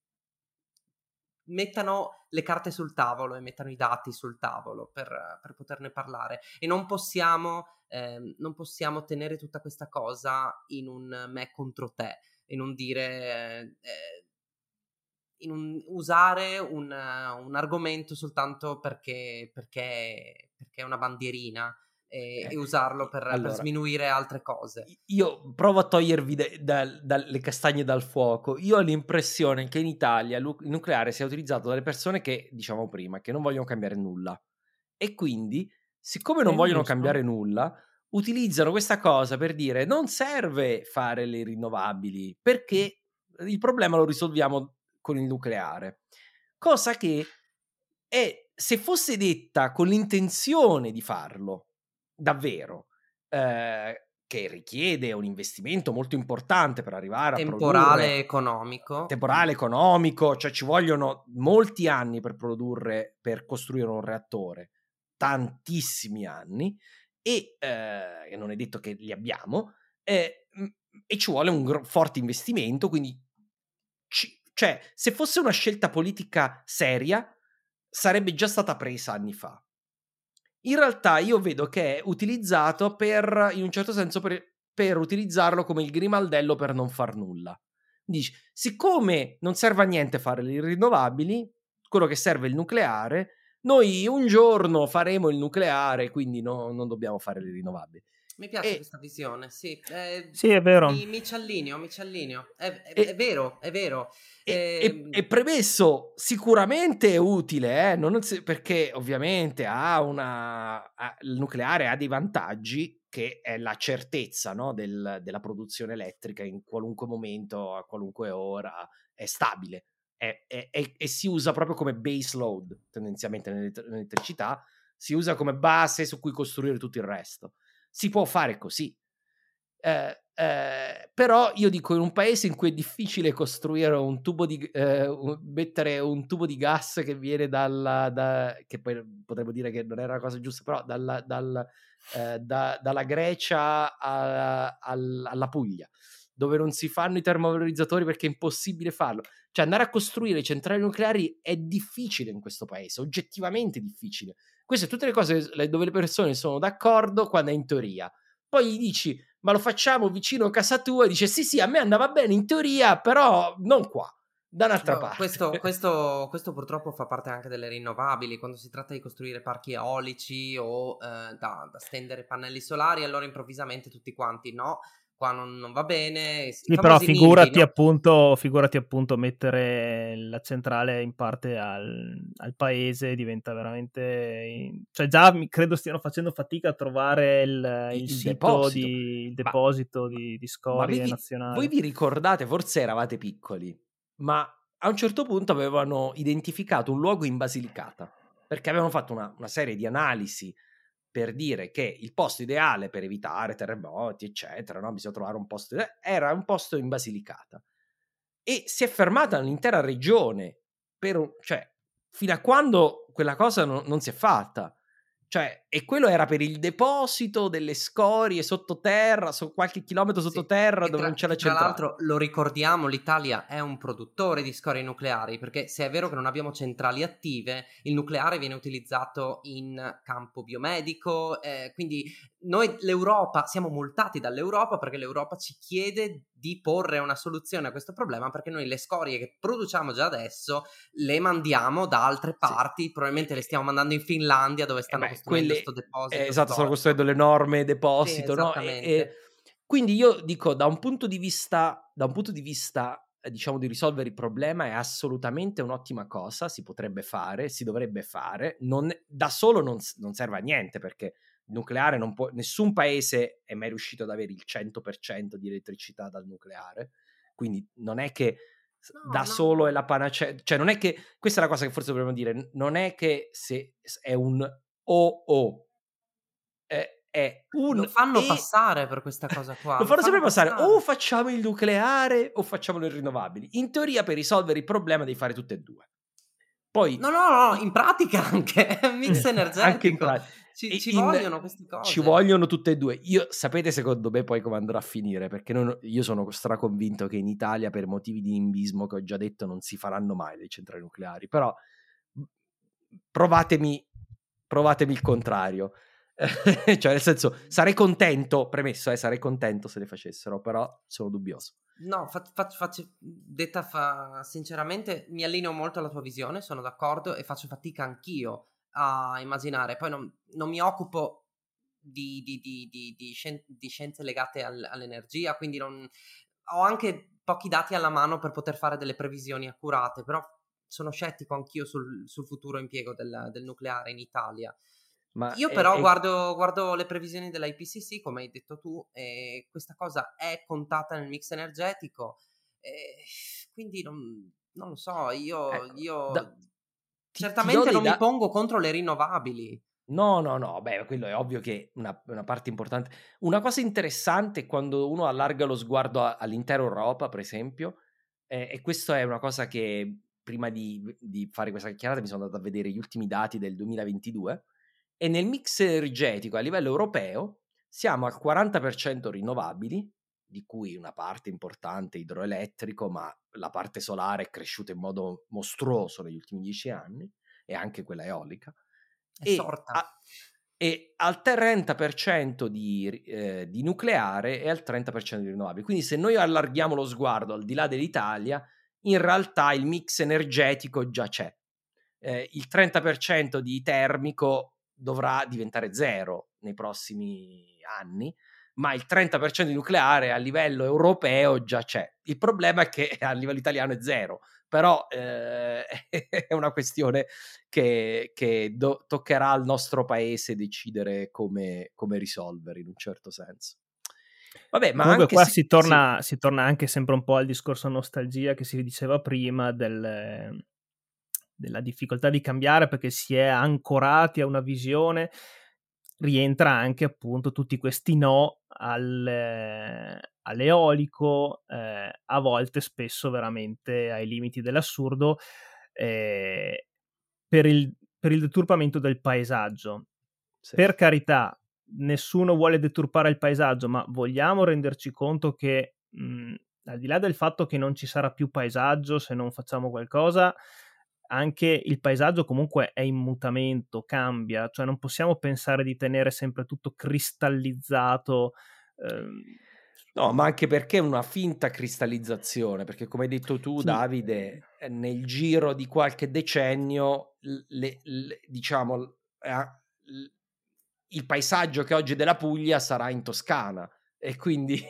mettano le carte sul tavolo e mettano i dati sul tavolo per poterne parlare, e non possiamo tenere tutta questa cosa in un me contro te, in un dire in un usare un argomento soltanto perché è una bandierina e usarlo per sminuire altre cose. Io provo a togliervi dalle castagne dal fuoco. Io ho l'impressione che in Italia il nucleare sia utilizzato dalle persone che, diciamo prima, che non vogliono cambiare nulla. E quindi, siccome non vogliono cambiare nulla, utilizzano questa cosa per dire non serve fare le rinnovabili, perché il problema lo risolviamo con il nucleare. Cosa che se fosse detta con l'intenzione di farlo, davvero, che richiede un investimento molto importante per arrivare a temporale economico, cioè ci vogliono molti anni per costruire un reattore, tantissimi anni, e non è detto che li abbiamo, e ci vuole un forte investimento, quindi cioè se fosse una scelta politica seria sarebbe già stata presa anni fa. In realtà io vedo che è utilizzato in un certo senso per utilizzarlo come il grimaldello per non far nulla. Dici, siccome non serve a niente fare le rinnovabili, quello che serve è il nucleare, noi un giorno faremo il nucleare, quindi non dobbiamo fare le rinnovabili. Mi piace questa visione, sì. Sì, è vero. Mi ci allineo. È vero. E premesso, sicuramente è utile, perché ovviamente il nucleare ha dei vantaggi, che è la certezza, no, della produzione elettrica in qualunque momento, a qualunque ora, è stabile. E si usa proprio come base load, tendenzialmente nell'elettricità, si usa come base su cui costruire tutto il resto. Si può fare così, però io dico, in un paese in cui è difficile costruire mettere un tubo di gas che viene che poi potremmo dire che non era la cosa giusta, però dalla Grecia alla Puglia, dove non si fanno i termovalorizzatori perché è impossibile farlo. Cioè andare a costruire centrali nucleari è difficile in questo paese, oggettivamente difficile. Queste tutte le cose dove le persone sono d'accordo quando è in teoria. Poi gli dici, ma lo facciamo vicino a casa tua? E dice, sì, a me andava bene in teoria, però non qua, da un'altra parte. Questo purtroppo fa parte anche delle rinnovabili. Quando si tratta di costruire parchi eolici o da stendere pannelli solari, allora improvvisamente tutti quanti no, qua non va bene. Sì, però figurati appunto mettere la centrale in parte al paese diventa veramente, cioè già credo stiano facendo fatica a trovare il sito il deposito di scorie nazionali. Voi vi ricordate, forse eravate piccoli, ma a un certo punto avevano identificato un luogo in Basilicata, perché avevano fatto una serie di analisi per dire che il posto ideale per evitare terremoti, eccetera, no? Bisogna trovare un posto ideale, era un posto in Basilicata. E si è fermata l'intera regione, cioè, fino a quando quella cosa non si è fatta. Cioè, e quello era per il deposito delle scorie sottoterra, qualche chilometro sottoterra, dove non c'è la centrale. Tra l'altro, lo ricordiamo, l'Italia è un produttore di scorie nucleari, perché se è vero che non abbiamo centrali attive, il nucleare viene utilizzato in campo biomedico, quindi noi, l'Europa, siamo multati dall'Europa perché l'Europa ci chiede di porre una soluzione a questo problema, perché noi le scorie che produciamo già adesso le mandiamo da altre parti, probabilmente le stiamo mandando in Finlandia, dove stanno costruendo questo deposito. Esatto, stanno costruendo l'enorme deposito, sì, no? Quindi io dico, da un punto di vista diciamo di risolvere il problema, è assolutamente un'ottima cosa, si potrebbe fare, si dovrebbe fare, da solo non serve a niente, perché il nucleare non può, nessun paese è mai riuscito ad avere il 100% di elettricità dal nucleare, quindi non è che solo è la panacea, cioè non è che, questa è la cosa che forse dovremmo dire, non è che se è un o è un lo fanno passare per questa cosa qua. Lo fanno sempre passare, o facciamo il nucleare o facciamo le rinnovabili. In teoria, per risolvere il problema devi fare tutte e due. Poi no, in pratica anche mix energetico. Anche ci vogliono queste cose. Ci vogliono tutte e due. Io sapete secondo me poi come andrà a finire, perché io sono straconvinto che in Italia, per motivi di nimbismo che ho già detto, non si faranno mai le centrali nucleari, però provatemi il contrario. Cioè, nel senso, sarei contento, premesso, sarei contento se le facessero, però sono dubbioso. No, sinceramente mi allineo molto alla tua visione, sono d'accordo, e faccio fatica anch'io a immaginare. Poi non mi occupo di scienze legate all'energia, quindi ho anche pochi dati alla mano per poter fare delle previsioni accurate, però sono scettico anch'io sul futuro impiego del nucleare in Italia. Io però guardo le previsioni dell'IPCC, come hai detto tu, e questa cosa è contata nel mix energetico, quindi non lo so, io certamente non mi pongo contro le rinnovabili. No, beh, quello è ovvio che una parte importante. Una cosa interessante è quando uno allarga lo sguardo all'intera Europa, per esempio, e questo è una cosa che prima di fare questa chiacchierata mi sono andato a vedere gli ultimi dati del 2022, e nel mix energetico a livello europeo siamo al 40% rinnovabili, di cui una parte importante idroelettrico, ma la parte solare è cresciuta in modo mostruoso negli ultimi 10 anni, e anche quella eolica. E al 30% di nucleare e al 30% di rinnovabili. Quindi se noi allarghiamo lo sguardo al di là dell'Italia, in realtà il mix energetico già c'è. Il 30% di termico dovrà diventare zero nei prossimi anni, ma il 30% di nucleare a livello europeo già c'è. Il problema è che a livello italiano è zero, però è una questione che toccherà al nostro paese decidere come risolvere, in un certo senso. Vabbè, ma comunque anche qua si torna anche sempre un po' al discorso nostalgia che si diceva prima della difficoltà di cambiare, perché si è ancorati a una visione. Rientra anche appunto tutti questi no all'eolico, a volte spesso veramente ai limiti dell'assurdo, per il deturpamento del paesaggio. Sì. Per carità, nessuno vuole deturpare il paesaggio, ma vogliamo renderci conto che al di là del fatto che non ci sarà più paesaggio se non facciamo qualcosa, anche il paesaggio comunque è in mutamento, cambia, cioè non possiamo pensare di tenere sempre tutto cristallizzato. No, ma anche perché è una finta cristallizzazione, perché come hai detto tu, sì, Davide, nel giro di qualche decennio, diciamo, il paesaggio che oggi è della Puglia sarà in Toscana, e quindi,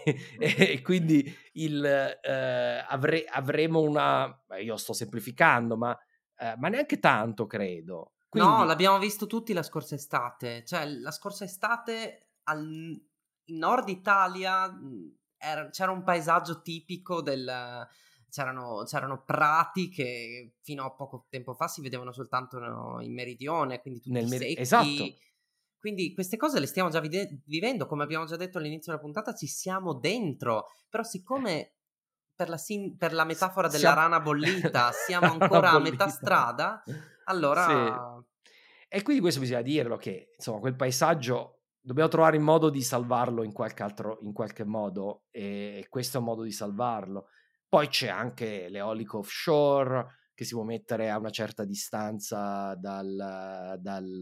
avremo io sto semplificando, ma neanche tanto, credo. Quindi... No, l'abbiamo visto tutti la scorsa estate. Cioè, la scorsa estate in Nord Italia c'era un paesaggio tipico c'erano prati che fino a poco tempo fa si vedevano soltanto in meridione, quindi tutti secchi. Esatto. Quindi queste cose le stiamo già vivendo, come abbiamo già detto all'inizio della puntata, ci siamo dentro. Però siccome... Per la metafora della rana bollita siamo ancora a metà strada, allora... Sì. E quindi questo bisogna dirlo, che insomma quel paesaggio dobbiamo trovare il modo di salvarlo in qualche modo, e questo è un modo di salvarlo. Poi c'è anche l'eolico offshore, che si può mettere a una certa distanza dalla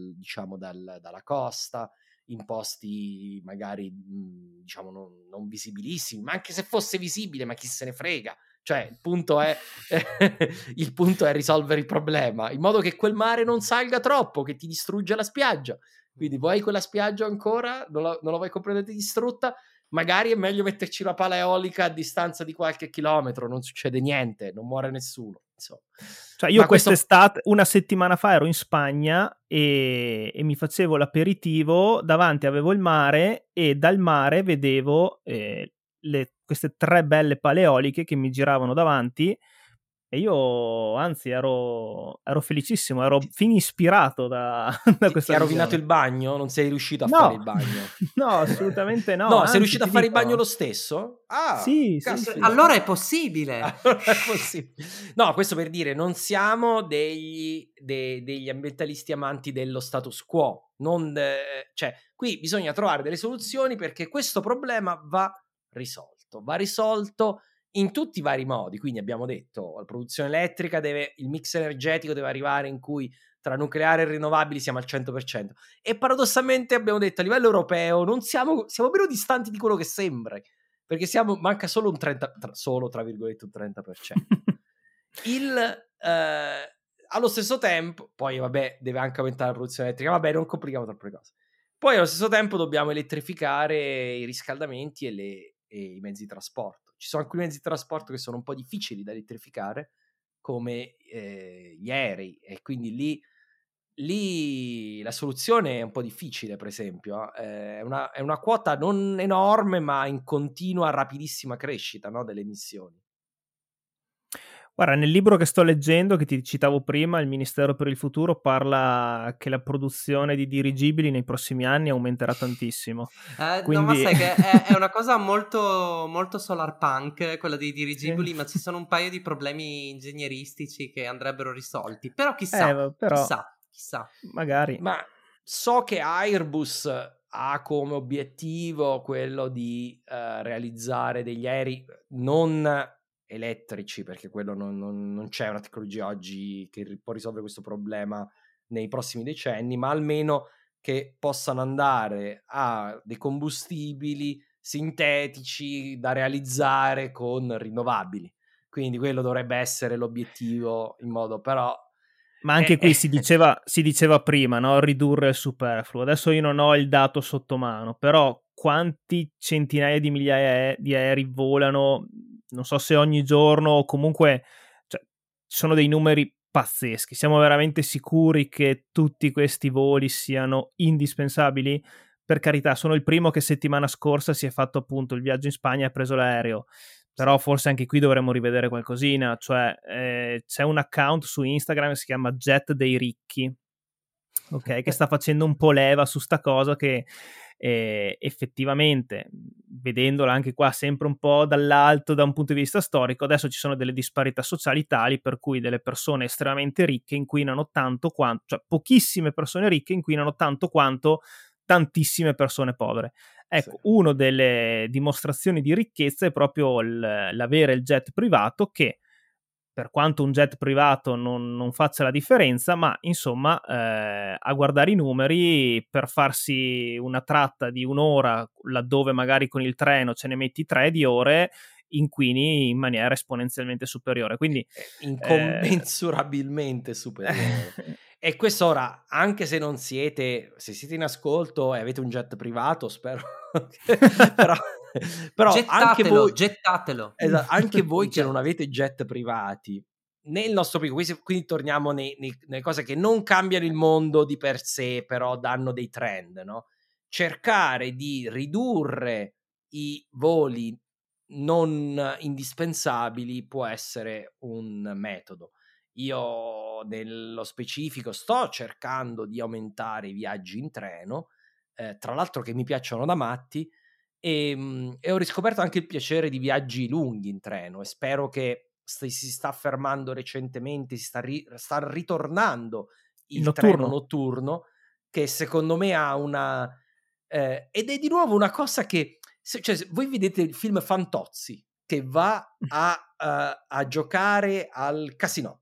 costa, in posti magari diciamo non visibilissimi, ma anche se fosse visibile, ma chi se ne frega, cioè il punto è risolvere il problema in modo che quel mare non salga troppo, che ti distrugge la spiaggia, Quindi vuoi quella spiaggia ancora? Non la vuoi completamente distrutta? Magari è meglio metterci una pala eolica a distanza di qualche chilometro, non succede niente, non muore nessuno. Insomma. Cioè io quest'estate, una settimana fa, ero in Spagna e mi facevo l'aperitivo, davanti avevo il mare e dal mare vedevo queste 3 belle pale eoliche che mi giravano davanti. E io, anzi, ero felicissimo, ero fin ispirato da questa Ti ha rovinato il bagno? Non sei riuscito a No. fare il bagno? No, assolutamente no. No, anzi, sei riuscito a ti fare dico- il bagno lo stesso? Ah, Sì, cazzo, sì. Allora è possibile. allora è possibile. No, questo per dire, non siamo degli ambientalisti amanti dello status quo. Cioè, qui bisogna trovare delle soluzioni perché questo problema va risolto. Va risolto in tutti i vari modi. Quindi abbiamo detto, la produzione elettrica il mix energetico deve arrivare in cui tra nucleare e rinnovabili siamo al 100%. E paradossalmente abbiamo detto a livello europeo siamo meno distanti di quello che sembra, perché manca solo un 30%, solo tra virgolette un 30%. Allo stesso tempo, poi vabbè, deve anche aumentare la produzione elettrica, vabbè, non complichiamo troppe cose. Poi allo stesso tempo dobbiamo elettrificare i riscaldamenti e i mezzi di trasporto. Ci sono alcuni mezzi di trasporto che sono un po' difficili da elettrificare, come gli aerei, e quindi lì la soluzione è un po' difficile, per esempio. È una quota non enorme, ma in continua rapidissima crescita, no, delle emissioni. Guarda, nel libro che sto leggendo, che ti citavo prima, il Ministero per il Futuro parla che la produzione di dirigibili nei prossimi anni aumenterà tantissimo. Quindi... No, ma sai che è una cosa molto, molto solar punk, quella dei dirigibili, Sì. ma ci sono un paio di problemi ingegneristici che andrebbero risolti. Però chissà, chissà. Magari. Ma so che Airbus ha come obiettivo quello di realizzare degli aerei non elettrici, perché quello non c'è una tecnologia oggi che può risolvere questo problema nei prossimi decenni, ma almeno che possano andare a dei combustibili sintetici da realizzare con rinnovabili. Quindi quello dovrebbe essere l'obiettivo, in modo però... Ma anche qui si diceva prima, no? Ridurre il superfluo. Adesso io non ho il dato sotto mano, però quanti centinaia di migliaia di aerei volano, non so se ogni giorno o comunque, cioè, sono dei numeri pazzeschi. Siamo veramente sicuri che tutti questi voli siano indispensabili? Per carità, sono il primo che settimana scorsa si è fatto appunto il viaggio in Spagna e ha preso l'aereo. Però forse anche qui dovremmo rivedere qualcosina, cioè c'è un account su Instagram che si chiama Jet dei Ricchi, ok, che sta facendo un po' leva su sta cosa che effettivamente, vedendola anche qua sempre un po' dall'alto da un punto di vista storico, adesso ci sono delle disparità sociali tali per cui delle persone estremamente ricche inquinano tanto quanto, cioè pochissime persone ricche inquinano tanto quanto tantissime persone povere. Ecco, una delle dimostrazioni di ricchezza è proprio l'avere il jet privato, che per quanto un jet privato non faccia la differenza, ma insomma a guardare i numeri, per farsi una tratta di un'ora laddove magari con il treno ce ne metti 3 di ore, inquini in maniera esponenzialmente superiore, quindi incommensurabilmente superiore. E questo ora, anche se non siete in ascolto e avete un jet privato, spero però gettatelo. Esatto, anche voi che non avete jet privati, nel nostro piccolo, quindi torniamo nelle cose che non cambiano il mondo di per sé, però danno dei trend, no? Cercare di ridurre i voli non indispensabili può essere un metodo. Io nello specifico sto cercando di aumentare i viaggi in treno, tra l'altro che mi piacciono da matti, e ho riscoperto anche il piacere di viaggi lunghi in treno, e spero che si sta affermando recentemente, sta ritornando il treno notturno, che secondo me ha una... ed è di nuovo una cosa che... Cioè, voi vedete il film Fantozzi, che va a giocare al casino.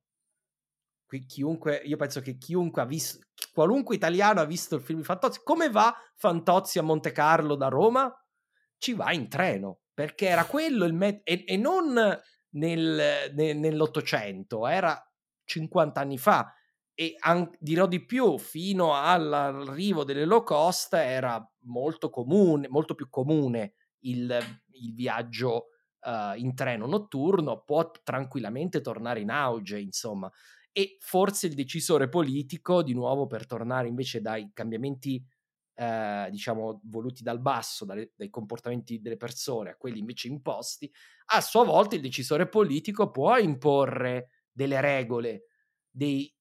Io penso che chiunque ha visto, qualunque italiano ha visto il film di Fantozzi, come va Fantozzi a Monte Carlo da Roma? Ci va in treno, perché era quello il e non nell'Ottocento, era 50 anni fa, dirò di più, fino all'arrivo delle low cost era molto più comune il viaggio in treno notturno, può tranquillamente tornare in auge, insomma. E forse il decisore politico, di nuovo, per tornare invece dai cambiamenti diciamo voluti dal basso, dai comportamenti delle persone a quelli invece imposti, a sua volta il decisore politico può imporre delle regole, di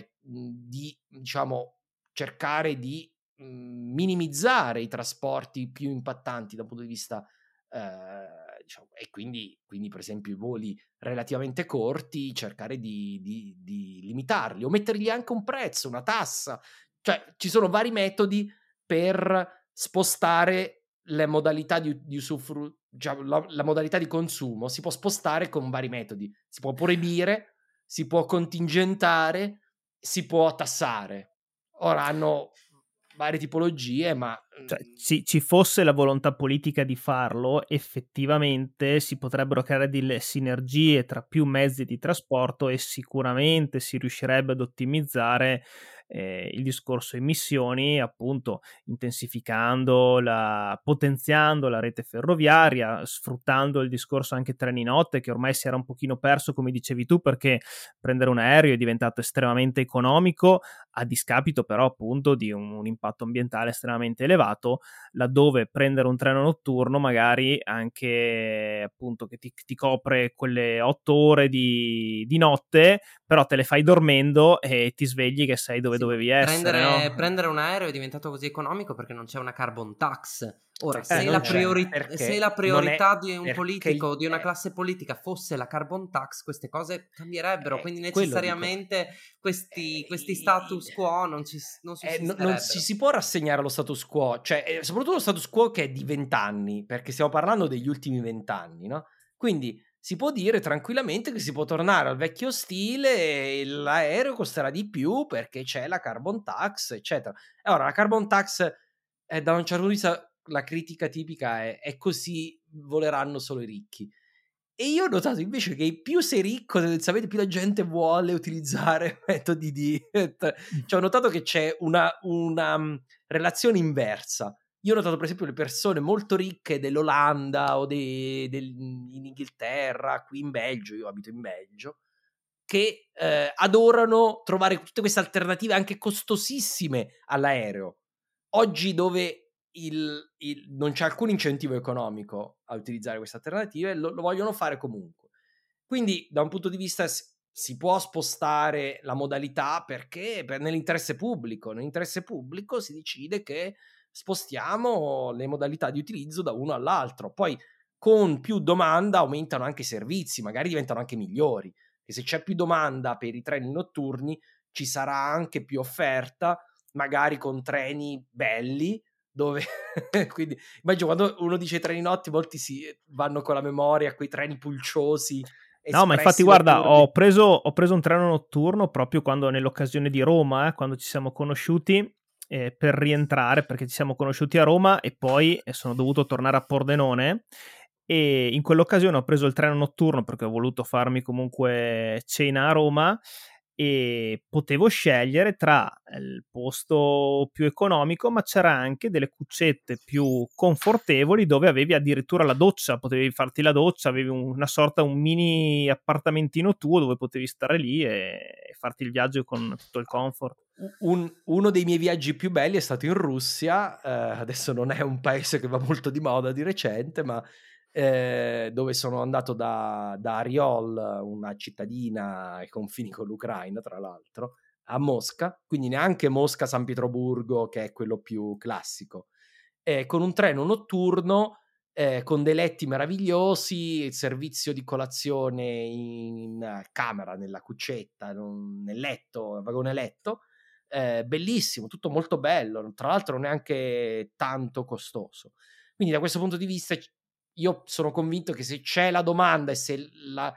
diciamo cercare di minimizzare i trasporti più impattanti dal punto di vista diciamo, e quindi per esempio i voli relativamente corti, cercare di limitarli o mettergli anche un prezzo, una tassa. Cioè ci sono vari metodi per spostare le modalità di diciamo, la modalità di consumo si può spostare con vari metodi. Si può proibire, si può contingentare, si può tassare. Ora hanno varie tipologie, ma cioè, ci fosse la volontà politica di farlo, effettivamente si potrebbero creare delle sinergie tra più mezzi di trasporto e sicuramente si riuscirebbe ad ottimizzare il discorso emissioni, appunto intensificando potenziando la rete ferroviaria, sfruttando il discorso anche treni notte, che ormai si era un pochino perso, come dicevi tu, perché prendere un aereo è diventato estremamente economico, a discapito però appunto di un impatto ambientale estremamente elevato, laddove prendere un treno notturno magari anche appunto che ti copre quelle 8 ore di notte, però te le fai dormendo e ti svegli che sei dove dovevi essere, no? Prendere un aereo è diventato così economico perché non c'è una carbon tax. Ora, se la priorità di un politico o di una classe politica fosse la carbon tax, queste cose cambierebbero, quindi necessariamente questi status quo non si può rassegnare allo status quo, cioè soprattutto lo status quo che è di 20 anni, perché stiamo parlando degli ultimi 20 anni, no? Quindi si può dire tranquillamente che si può tornare al vecchio stile e l'aereo costerà di più perché c'è la carbon tax, eccetera. Ora, la carbon tax da un certo punto di vista la critica tipica è così voleranno solo i ricchi. E io ho notato invece che più sei ricco, tendenzialmente più la gente vuole utilizzare metodi di... Cioè ho notato che c'è una relazione inversa. Io ho notato per esempio le persone molto ricche dell'Olanda o in Inghilterra, qui in Belgio, io abito in Belgio, che adorano trovare tutte queste alternative anche costosissime all'aereo. Oggi dove non c'è alcun incentivo economico a utilizzare queste alternative, lo vogliono fare comunque. Quindi da un punto di vista si può spostare la modalità perché nell'interesse pubblico si decide che spostiamo le modalità di utilizzo da uno all'altro. Poi con più domanda aumentano anche i servizi, magari diventano anche migliori, che se c'è più domanda per i treni notturni ci sarà anche più offerta, magari con treni belli, dove quindi immagino quando uno dice treni notti molti si vanno con la memoria a quei treni pulciosi. No, ma infatti guarda, ho preso un treno notturno proprio quando nell'occasione di Roma, quando ci siamo conosciuti per rientrare, perché ci siamo conosciuti a Roma e poi sono dovuto tornare a Pordenone, e in quell'occasione ho preso il treno notturno perché ho voluto farmi comunque cena a Roma e potevo scegliere tra il posto più economico, ma c'era anche delle cuccette più confortevoli dove avevi addirittura la doccia, potevi farti la doccia, avevi un mini appartamentino tuo dove potevi stare lì e farti il viaggio con tutto il comfort. Uno dei miei viaggi più belli è stato in Russia, adesso non è un paese che va molto di moda di recente, ma dove sono andato da Ariol, una cittadina ai confini con l'Ucraina, tra l'altro, a Mosca, quindi neanche Mosca-San Pietroburgo, che è quello più classico, con un treno notturno, con dei letti meravigliosi, il servizio di colazione in camera, nella cuccetta, nel letto, vagone letto, bellissimo, tutto molto bello, tra l'altro neanche tanto costoso. Quindi da questo punto di vista io sono convinto che se c'è la domanda e se la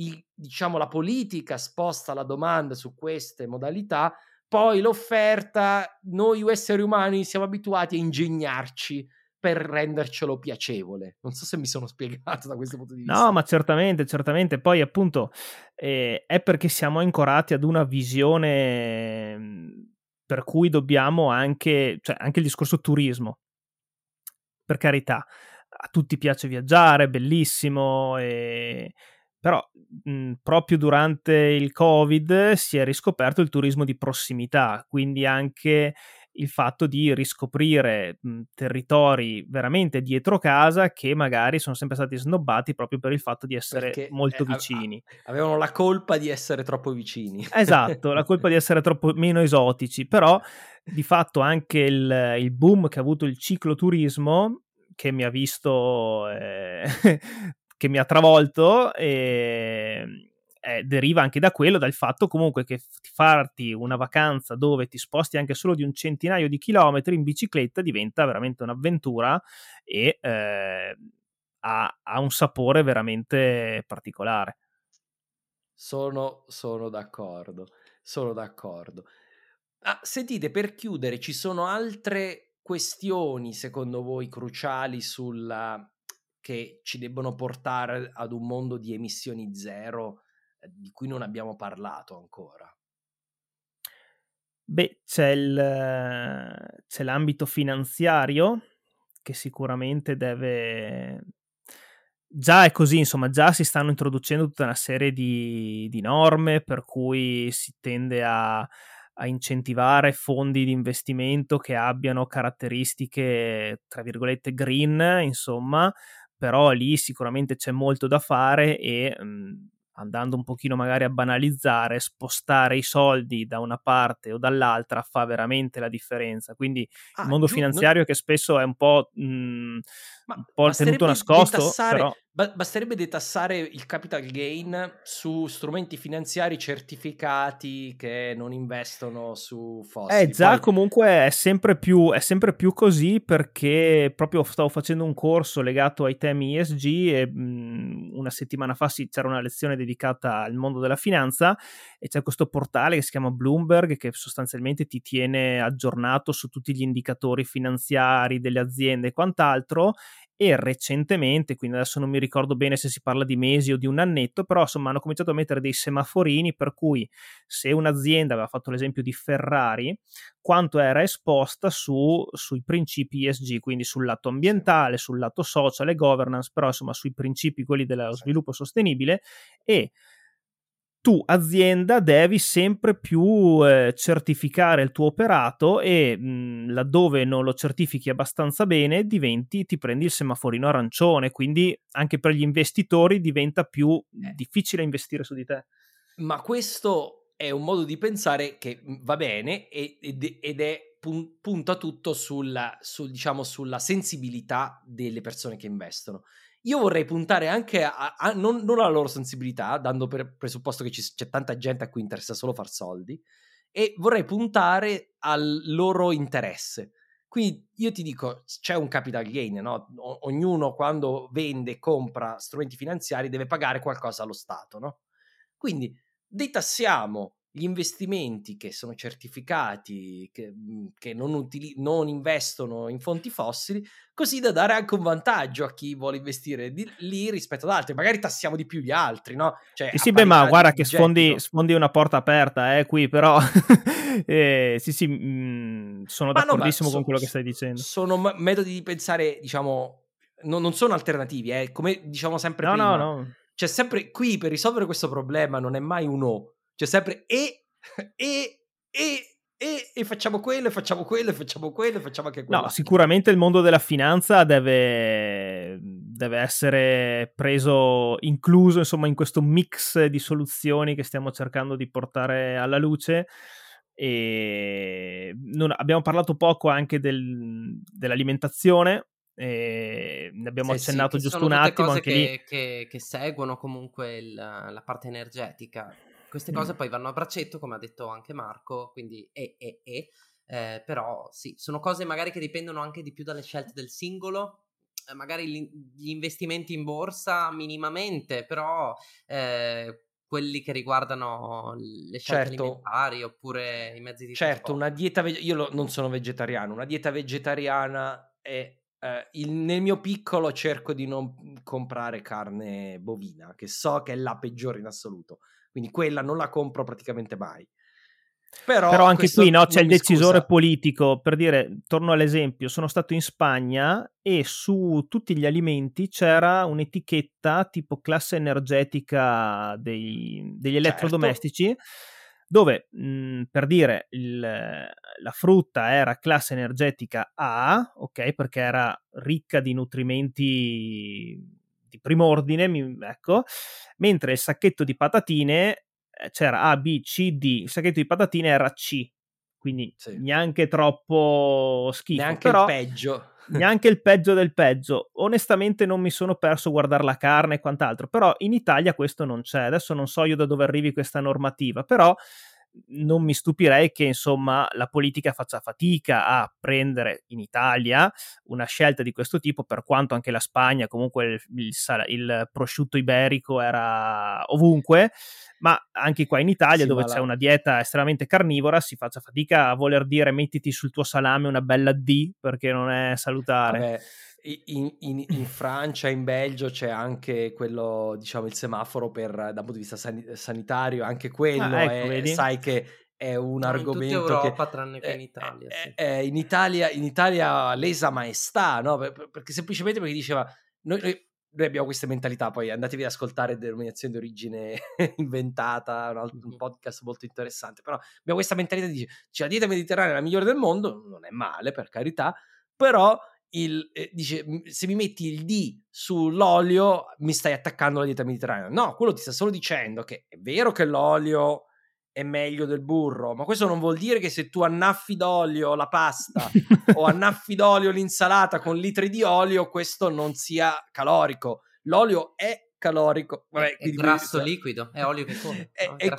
politica sposta la domanda su queste modalità, poi l'offerta, noi esseri umani siamo abituati a ingegnarci per rendercelo piacevole. Non so se mi sono spiegato da questo punto di vista. No, ma certamente. Poi appunto è perché siamo ancorati ad una visione per cui dobbiamo anche il discorso turismo. Per carità, a tutti piace viaggiare, bellissimo, però proprio durante il Covid si è riscoperto il turismo di prossimità, quindi anche il fatto di riscoprire territori veramente dietro casa che magari sono sempre stati snobbati proprio per il fatto di essere perché molto vicini. Avevano la colpa di essere troppo vicini. Esatto, la colpa di essere troppo meno esotici, però di fatto anche il boom che ha avuto il cicloturismo, che mi ha visto, che mi ha travolto, deriva anche da quello, dal fatto comunque che farti una vacanza dove ti sposti anche solo di un centinaio di chilometri in bicicletta diventa veramente un'avventura e ha un sapore veramente particolare. Sono d'accordo. Sentite, per chiudere, ci sono altre questioni secondo voi cruciali che ci debbono portare ad un mondo di emissioni zero di cui non abbiamo parlato ancora? Beh, c'è l'ambito finanziario che sicuramente già è così, insomma, già si stanno introducendo tutta una serie di norme per cui si tende a incentivare fondi di investimento che abbiano caratteristiche, tra virgolette, green, insomma, però lì sicuramente c'è molto da fare e andando un pochino magari a banalizzare, spostare i soldi da una parte o dall'altra fa veramente la differenza. Quindi il mondo finanziario che spesso è un po' tenuto nascosto, però basterebbe detassare il capital gain su strumenti finanziari certificati che non investono su fossili. Comunque è sempre più così, perché proprio stavo facendo un corso legato ai temi ESG e una settimana fa c'era una lezione dedicata al mondo della finanza e c'è questo portale che si chiama Bloomberg che sostanzialmente ti tiene aggiornato su tutti gli indicatori finanziari delle aziende e quant'altro. E recentemente, quindi adesso non mi ricordo bene se si parla di mesi o di un annetto, però insomma hanno cominciato a mettere dei semaforini per cui se un'azienda, aveva fatto l'esempio di Ferrari, quanto era esposta sui principi ESG, quindi sul lato ambientale, sul lato social e governance, però insomma sui principi quelli dello sviluppo sostenibile, e tu azienda devi sempre più certificare il tuo operato e laddove non lo certifichi abbastanza bene ti prendi il semaforino arancione, quindi anche per gli investitori diventa più difficile investire su di te. Ma questo è un modo di pensare che va bene ed è punta tutto sulla sensibilità delle persone che investono. Io vorrei puntare anche non alla loro sensibilità, dando per presupposto che c'è tanta gente a cui interessa solo far soldi, e vorrei puntare al loro interesse. Quindi io ti dico, c'è un capital gain, no? Ognuno quando vende e compra strumenti finanziari deve pagare qualcosa allo Stato, no? Quindi detassiamo gli investimenti che sono certificati, che non investono in fonti fossili, così da dare anche un vantaggio a chi vuole investire lì rispetto ad altri. Magari tassiamo di più gli altri, no? Cioè, sì, beh, ma guarda che sfondi una porta aperta, qui, però sono d'accordissimo con quello che stai dicendo. Sono metodi di pensare, diciamo, non sono alternativi, come diciamo sempre prima. No. C'è sempre qui per risolvere questo problema, non è mai un o, c'è sempre e facciamo quello, e facciamo quello, e facciamo quello, e facciamo anche quello. No, sicuramente il mondo della finanza deve essere incluso, insomma, in questo mix di soluzioni che stiamo cercando di portare alla luce. E abbiamo parlato poco anche dell'alimentazione. Ne abbiamo accennato giusto un attimo, cose anche che seguono comunque la parte energetica. Queste cose poi vanno a braccetto, come ha detto anche Marco, quindi però sì, sono cose magari che dipendono anche di più dalle scelte del singolo, magari gli investimenti in borsa minimamente, però quelli che riguardano le scelte alimentari oppure i mezzi di trasporto. Una dieta io non sono vegetariano, una dieta vegetariana è nel mio piccolo cerco di non comprare carne bovina, che so che è la peggiore in assoluto, quindi quella non la compro praticamente mai. Però anche qui c'è il decisore scusa. politico. Per dire, torno all'esempio, sono stato in Spagna e su tutti gli alimenti c'era un'etichetta tipo classe energetica degli elettrodomestici, dove per dire la frutta era classe energetica A, ok, perché era ricca di nutrimenti di primo ordine, ecco, mentre il sacchetto di patatine c'era A, B, C, D, il sacchetto di patatine era C, quindi neanche troppo schifo, neanche però il peggio. neanche il peggio del peggio. Onestamente non mi sono perso guardare la carne e quant'altro, però in Italia questo non c'è. Adesso non so io da dove arrivi questa normativa, però non mi stupirei che insomma la politica faccia fatica a prendere in Italia una scelta di questo tipo, per quanto anche la Spagna comunque il prosciutto iberico era ovunque, ma anche qua in Italia dove c'è una dieta estremamente carnivora si faccia fatica a voler dire mettiti sul tuo salame una bella D perché non è salutare. Vabbè, in Francia, in Belgio c'è anche quello, diciamo, il semaforo dal punto di vista sanitario, anche quello ecco, sai che è un argomento in tutta Europa, tranne che in Italia. In Italia lesa maestà, no? Perché semplicemente perché diceva noi abbiamo queste mentalità, poi andatevi ad ascoltare Denominazione di Origine Inventata, un podcast molto interessante, però abbiamo questa mentalità di dire la dieta mediterranea è la migliore del mondo, non è male per carità, però dice se mi metti il D sull'olio mi stai attaccando alla dieta mediterranea. No, quello ti sta solo dicendo che è vero che l'olio è meglio del burro, ma questo non vuol dire che se tu annaffi d'olio la pasta o annaffi d'olio l'insalata con litri di olio questo non sia calorico. L'olio è calorico. Vabbè, è grasso liquido, è olio che cola. E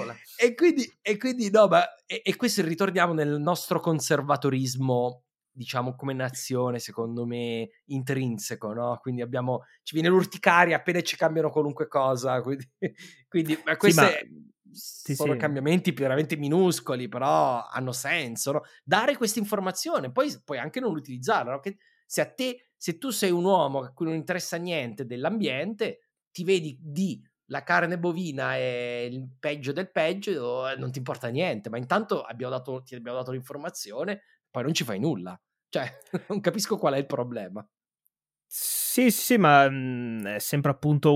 quindi no, ma e questo ritorniamo nel nostro conservatorismo, diciamo, come nazione, secondo me intrinseco, no? Quindi ci viene l'urticaria appena ci cambiano qualunque cosa, quindi ma queste sono cambiamenti veramente minuscoli, però hanno senso, no? Dare questa informazione, poi puoi anche non utilizzarla, no? Che se tu sei un uomo a cui non interessa niente dell'ambiente, ti vedi la carne bovina è il peggio del peggio, non ti importa niente, ma intanto ti abbiamo dato l'informazione, poi non ci fai nulla. Cioè, non capisco qual è il problema. Sì, ma è sempre appunto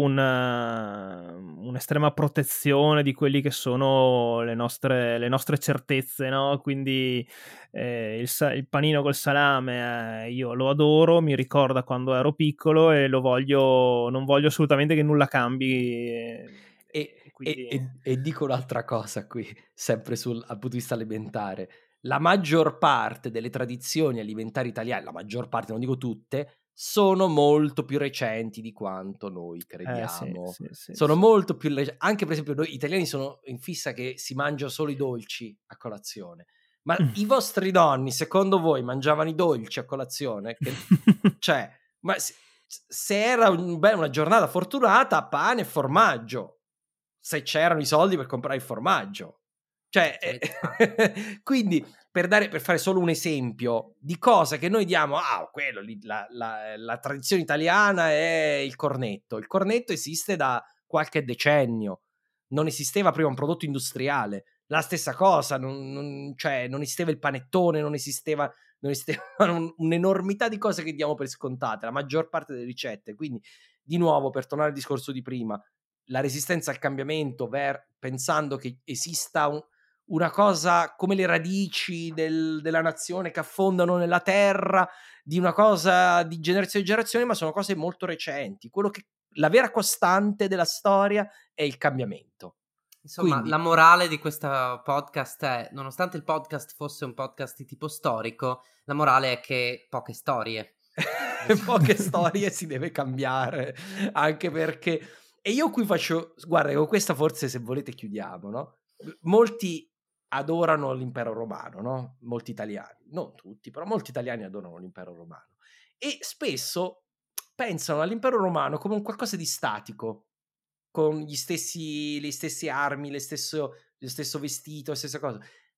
un'estrema protezione di quelli che sono le nostre certezze, no? Quindi il panino col salame io lo adoro, mi ricorda quando ero piccolo e non voglio assolutamente che nulla cambi. E dico un'altra cosa qui, sempre dal punto di vista alimentare. La maggior parte delle tradizioni alimentari italiane, la maggior parte, non dico tutte, sono molto più recenti di quanto noi crediamo. Sono molto più anche per esempio noi italiani sono in fissa che si mangia solo i dolci a colazione. Ma i vostri nonni, secondo voi, mangiavano i dolci a colazione? Cioè, ma se era una giornata fortunata, pane e formaggio, se c'erano i soldi per comprare il formaggio. Cioè, quindi per fare solo un esempio di cosa che noi diamo, quello lì, la tradizione italiana è il cornetto. Il cornetto esiste da qualche decennio, non esisteva prima un prodotto industriale. La stessa cosa, non esisteva il panettone, non esisteva un'enormità di cose che diamo per scontate, la maggior parte delle ricette. Quindi, di nuovo, per tornare al discorso di prima, la resistenza al cambiamento, pensando che esista una cosa come le radici della nazione che affondano nella terra, di una cosa di generazione in generazione, ma sono cose molto recenti. La vera costante della storia è il cambiamento. Insomma, quindi, la morale di questo podcast è, nonostante il podcast fosse un podcast di tipo storico, la morale è che poche storie. Poche storie si deve cambiare, anche perché... E io qui guarda, con questa forse, se volete, chiudiamo, no? Molti adorano l'impero romano, no? Molti italiani, non tutti, però molti italiani adorano l'impero romano e spesso pensano all'impero romano come un qualcosa di statico, con le stesse armi, lo stesso vestito, la stessa cosa.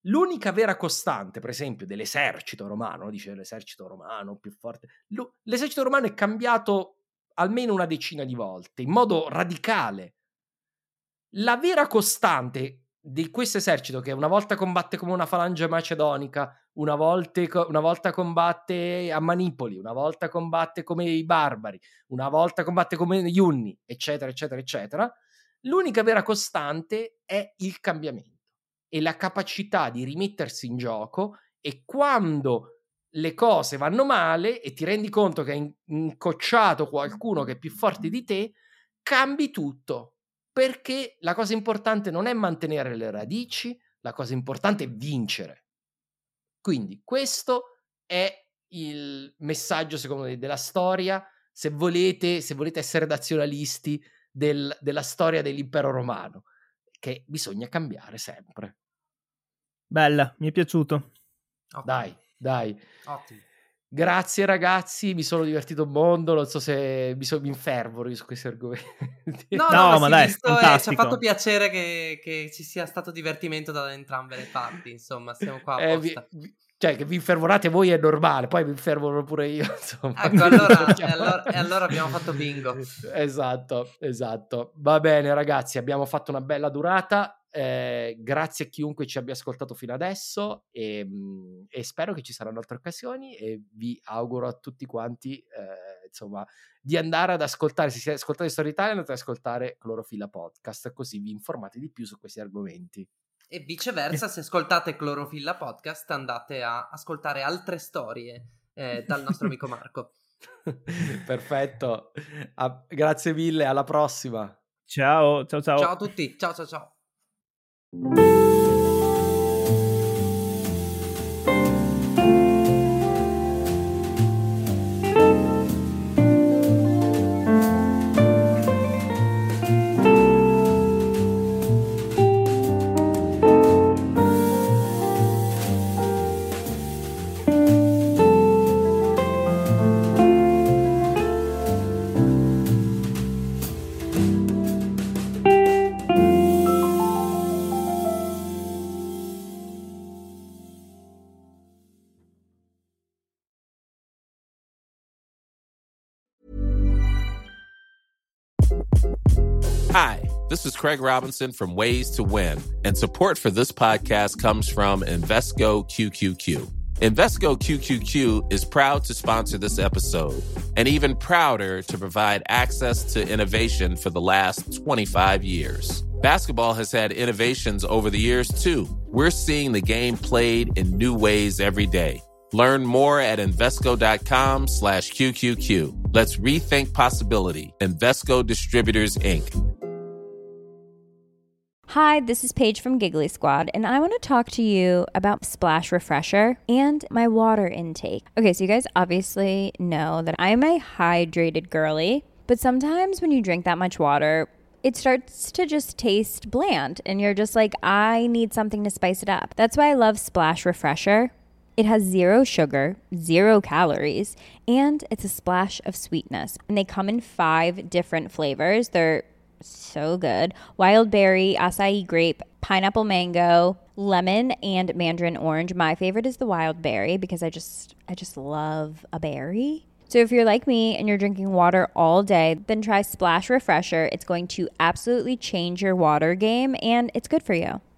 L'unica vera costante, per esempio, dell'esercito romano, dice l'esercito romano più forte, l'esercito romano è cambiato almeno una decina di volte, in modo radicale. La vera costante di questo esercito, che una volta combatte come una falange macedonica, una volta combatte a manipoli, una volta combatte come i barbari, una volta combatte come gli Unni, eccetera, eccetera, eccetera, l'unica vera costante è il cambiamento e la capacità di rimettersi in gioco, e quando le cose vanno male e ti rendi conto che hai incocciato qualcuno che è più forte di te, cambi tutto, perché la cosa importante non è mantenere le radici, la cosa importante è vincere. Quindi questo è il messaggio, secondo me, della storia, se volete essere razionalisti della storia dell'impero romano, che bisogna cambiare sempre. Bella, mi è piaciuto. Okay. Dai. Ottimo. Grazie ragazzi, mi sono divertito un mondo, non so se mi infervoro su questi argomenti. No, ma dai, ci ha fatto piacere che ci sia stato divertimento da entrambe le parti, insomma, stiamo qua apposta. Cioè, che vi infervorate voi è normale, poi mi infervoro pure io, insomma. Ecco, allora abbiamo fatto bingo. Esatto. Va bene ragazzi, abbiamo fatto una bella durata. Grazie a chiunque ci abbia ascoltato fino adesso e spero che ci saranno altre occasioni, e vi auguro a tutti quanti insomma di andare ad ascoltare, se siete ascoltate Storia Italia, andate ad ascoltare Clorofilla Podcast, così vi informate di più su questi argomenti. E viceversa, se ascoltate Clorofilla Podcast, andate a ascoltare altre storie dal nostro amico Marco. Perfetto, grazie mille, alla prossima. Ciao. Ciao a tutti, ciao. Hi, this is Craig Robinson from Ways to Win, and support for this podcast comes from Invesco QQQ. Invesco QQQ is proud to sponsor this episode, and even prouder to provide access to innovation for the last 25 years. Basketball has had innovations over the years, too. We're seeing the game played in new ways every day. Learn more at Invesco.com/QQQ. Let's rethink possibility. Invesco Distributors, Inc. Hi, this is Paige from Giggly Squad, and I want to talk to you about Splash Refresher and my water intake. Okay, so you guys obviously know that I'm a hydrated girly, but sometimes when you drink that much water, it starts to just taste bland, and you're just like, I need something to spice it up. That's why I love Splash Refresher. It has 0 sugar, 0 calories, and it's a splash of sweetness. And they come in 5 different flavors. They're so good. Wild berry, acai grape, pineapple mango, lemon, and mandarin orange. My favorite is the wild berry because I just love a berry. So if you're like me and you're drinking water all day, then try Splash Refresher. It's going to absolutely change your water game, and it's good for you.